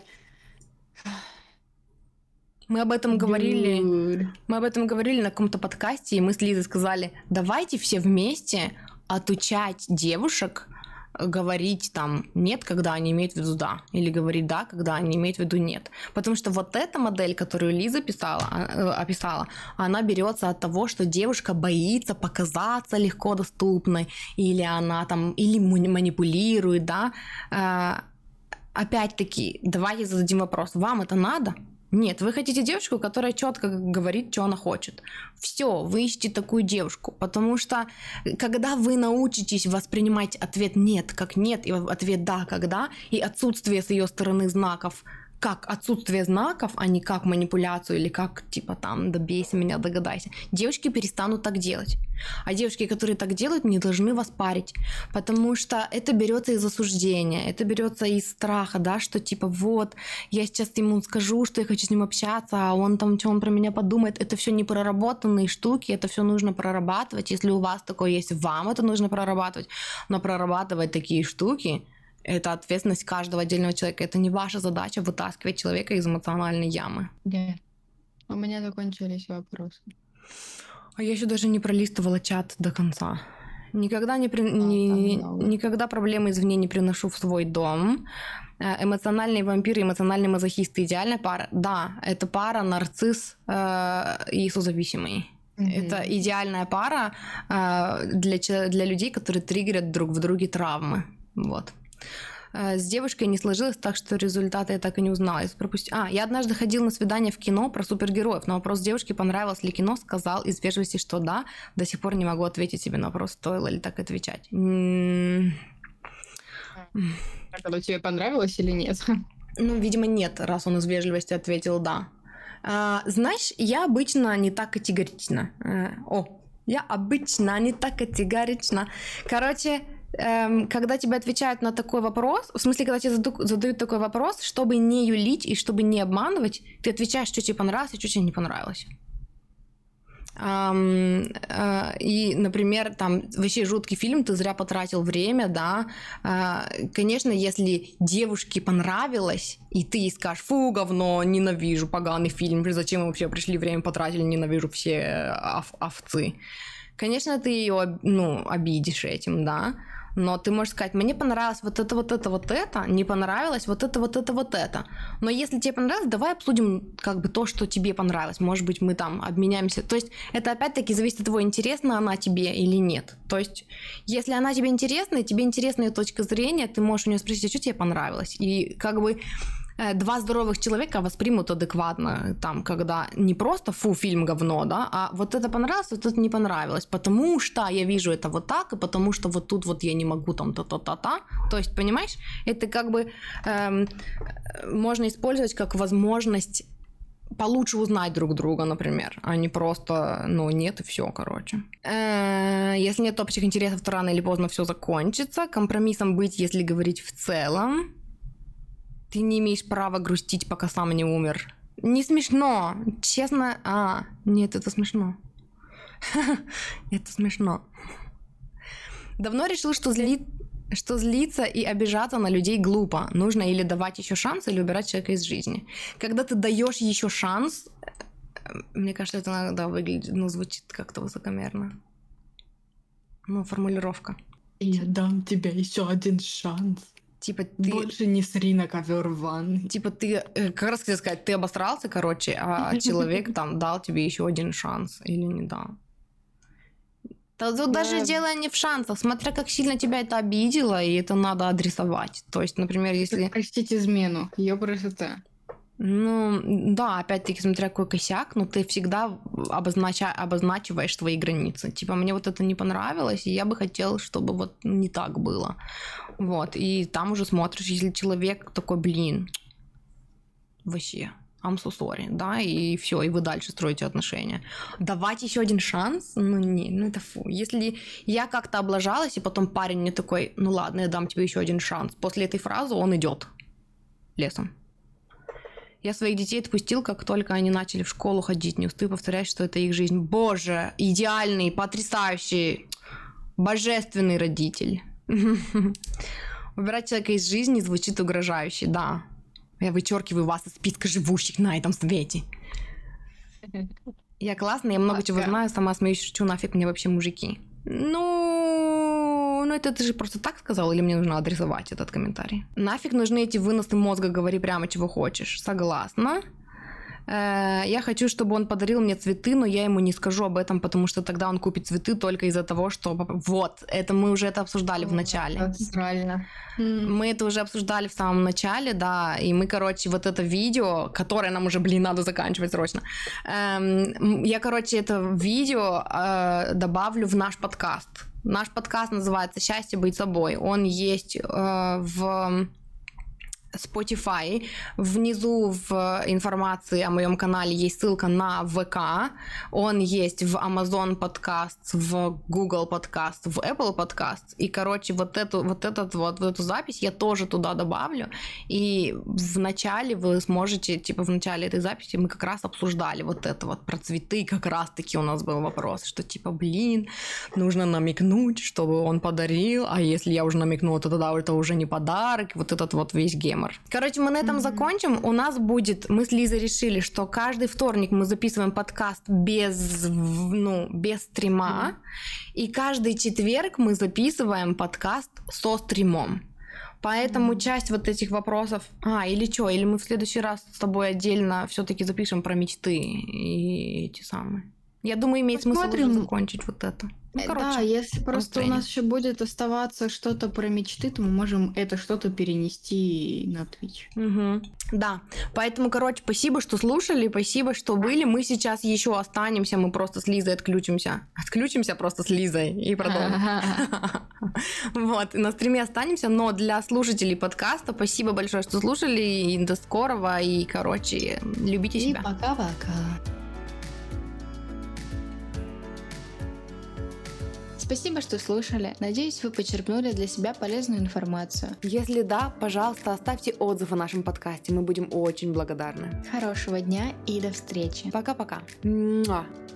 Speaker 2: Мы об этом говорили на каком-то подкасте, и мы с Лизой сказали, давайте все вместе отучать девушек говорить там нет, когда они имеют в виду да, или говорить да, когда они имеют в виду нет. Потому что вот эта модель, которую Лиза описала, она берется от того, что девушка боится показаться легко доступной, или она там, или манипулирует, да. Опять-таки, давайте зададим вопрос, вам это надо? Нет, вы хотите девушку, которая четко говорит, что она хочет. Все, вы ищете такую девушку, потому что когда вы научитесь воспринимать ответ «нет» как «нет» и ответ «да» как «да», и отсутствие с ее стороны знаков как отсутствие знаков, а не как манипуляцию или как типа там добейся меня, догадайся, девушки перестанут так делать. А девушки, которые так делают, не должны вас парить, потому что это берется из осуждения, это берется из страха, да, что типа вот, я сейчас ему скажу, что я хочу с ним общаться, а он там, что он про меня подумает, это все не проработанные штуки, это все нужно прорабатывать, если у вас такое есть, вам это нужно прорабатывать, но прорабатывать такие штуки, это ответственность каждого отдельного человека. Это не ваша задача вытаскивать человека из эмоциональной ямы.
Speaker 3: Нет. У меня закончились вопросы.
Speaker 2: А я еще даже не пролистывала чат до конца. Никогда проблемы извне не приношу в свой дом. Эмоциональные вампиры, эмоциональные мазохисты — идеальная пара. Да, это пара нарцисс и созависимый. Это идеальная пара для людей, которые триггерят друг в друге травмы. Вот. С девушкой не сложилось, так что результаты я так и не узнала. Я однажды ходила на свидание в кино про супергероев. На вопрос девушки, понравилось ли кино, сказал из вежливости, что да. До сих пор не могу ответить себе на вопрос, стоило ли так отвечать.
Speaker 3: Так, оно тебе понравилось или нет?
Speaker 2: Ну, видимо, нет, раз он из вежливости ответил да. Знаешь, я обычно не так категорична. Короче, когда тебе отвечают на такой вопрос, в смысле, когда тебе задают такой вопрос, чтобы не юлить и чтобы не обманывать, ты отвечаешь, что тебе понравилось и что тебе не понравилось. И, например, там вообще жуткий фильм, ты зря потратил время, да. Конечно, если девушке понравилось, и ты ей скажешь, фу, говно, ненавижу, поганый фильм, зачем мы вообще пришли, время потратили, ненавижу все овцы. Конечно, ты ее, обидишь этим, да. Но ты можешь сказать, мне понравилось вот это, не понравилось вот это. Но если тебе понравилось, давай обсудим как бы то, что тебе понравилось. Может быть, мы там обменяемся. То есть это опять-таки зависит от того, интересна она тебе или нет. То есть если она тебе интересна, и тебе интересна ее точка зрения, ты можешь у нее спросить, а что тебе понравилось? И как бы два здоровых человека воспримут адекватно, там, когда не просто фу, фильм говно, да, а вот это понравилось, вот это не понравилось, потому что я вижу это вот так, и потому что вот тут вот я не могу там та-та-та-та. То есть, понимаешь, это как бы можно использовать как возможность получше узнать друг друга, например, а не просто, нет и все, короче. Если нет общих интересов, то рано или поздно все закончится. Компромиссом быть, если говорить в целом. Ты не имеешь права грустить, пока сам не умер. Не смешно. Честно. Нет, это смешно. Это смешно. Давно решил, что злиться и обижаться на людей глупо. Нужно или давать еще шанс, или убирать человека из жизни. Когда ты даешь еще шанс, мне кажется, это иногда выглядит, звучит как-то высокомерно. Формулировка.
Speaker 3: Я дам тебе еще один шанс.
Speaker 2: Типа ты...
Speaker 3: Больше не сри на ковер в ванной.
Speaker 2: Типа ты, как раз хотел сказать, ты обосрался, короче, а человек там дал тебе еще один шанс или не дал. Тут даже дело не в шансах, смотря как сильно тебя это обидело, и это надо адресовать. То есть, например, если...
Speaker 3: Простить измену, ее красота.
Speaker 2: Ну, да, опять-таки, смотря какой косяк, но ты всегда обозначиваешь свои границы. Типа, мне вот это не понравилось, и я бы хотела, чтобы вот не так было. Вот, и там уже смотришь, если человек такой, блин, вообще... I'm so sorry, да, и все, и вы дальше строите отношения. Давать еще один шанс? Ну, не, ну это фу. Если я как-то облажалась, и потом парень мне такой, ну ладно, я дам тебе еще один шанс. После этой фразы он идет лесом. Я своих детей отпустил, как только они начали в школу ходить, не устаю повторять, что это их жизнь. Боже, идеальный, потрясающий, божественный родитель. Убирать человека из жизни звучит угрожающе, да. Я вычеркиваю вас из списка живущих на этом свете. Я классная, я много чего знаю, сама смеюсь, шучу, нафиг мне вообще мужики. Ну это ты же просто так сказал, или мне нужно адресовать этот комментарий? Нафиг нужны эти выносы мозга, говори прямо чего хочешь. Согласна. Я хочу, чтобы он подарил мне цветы, но я ему не скажу об этом, потому что тогда он купит цветы только из-за того, что... Вот, это мы уже это обсуждали в начале.
Speaker 3: Это правильно.
Speaker 2: Мы это уже обсуждали в самом начале, да, и мы, короче, вот это видео, которое нам уже, надо заканчивать срочно, я, короче, это видео добавлю в наш подкаст. Наш подкаст называется «Счастье быть собой». Он есть в Spotify. Внизу в информации о моем канале есть ссылка на ВК. Он есть в Amazon Podcasts, в Google Podcasts, в Apple Podcasts. И, короче, вот эту запись я тоже туда добавлю. И в начале вы сможете, типа в начале этой записи мы как раз обсуждали вот это вот про цветы. Как раз-таки у нас был вопрос, что типа, нужно намекнуть, чтобы он подарил. А если я уже намекнула, то тогда это уже не подарок. Вот этот вот весь гемор. Короче, мы на этом закончим. У нас будет... Мы с Лизой решили, что каждый вторник мы записываем подкаст без стрима. И каждый четверг мы записываем подкаст со стримом. Поэтому часть вот этих вопросов... Или мы в следующий раз с тобой отдельно все-таки запишем про мечты и эти самые... Я думаю, имеет смысл уже закончить вот это.
Speaker 3: Да, если просто у нас еще будет оставаться что-то про мечты, то мы можем это что-то перенести на Twitch.
Speaker 2: Угу. Да, поэтому, короче, спасибо, что слушали, спасибо, что были. Мы сейчас еще останемся, мы просто с Лизой отключимся. Отключимся просто с Лизой и продолжим. Вот, на стриме останемся, но для слушателей подкаста спасибо большое, что слушали, и до скорого, и, короче, любите себя.
Speaker 3: И пока-пока. Спасибо, что слушали. Надеюсь, вы почерпнули для себя полезную информацию.
Speaker 2: Если да, пожалуйста, оставьте отзыв о нашем подкасте. Мы будем очень благодарны.
Speaker 3: Хорошего дня и до встречи.
Speaker 2: Пока-пока.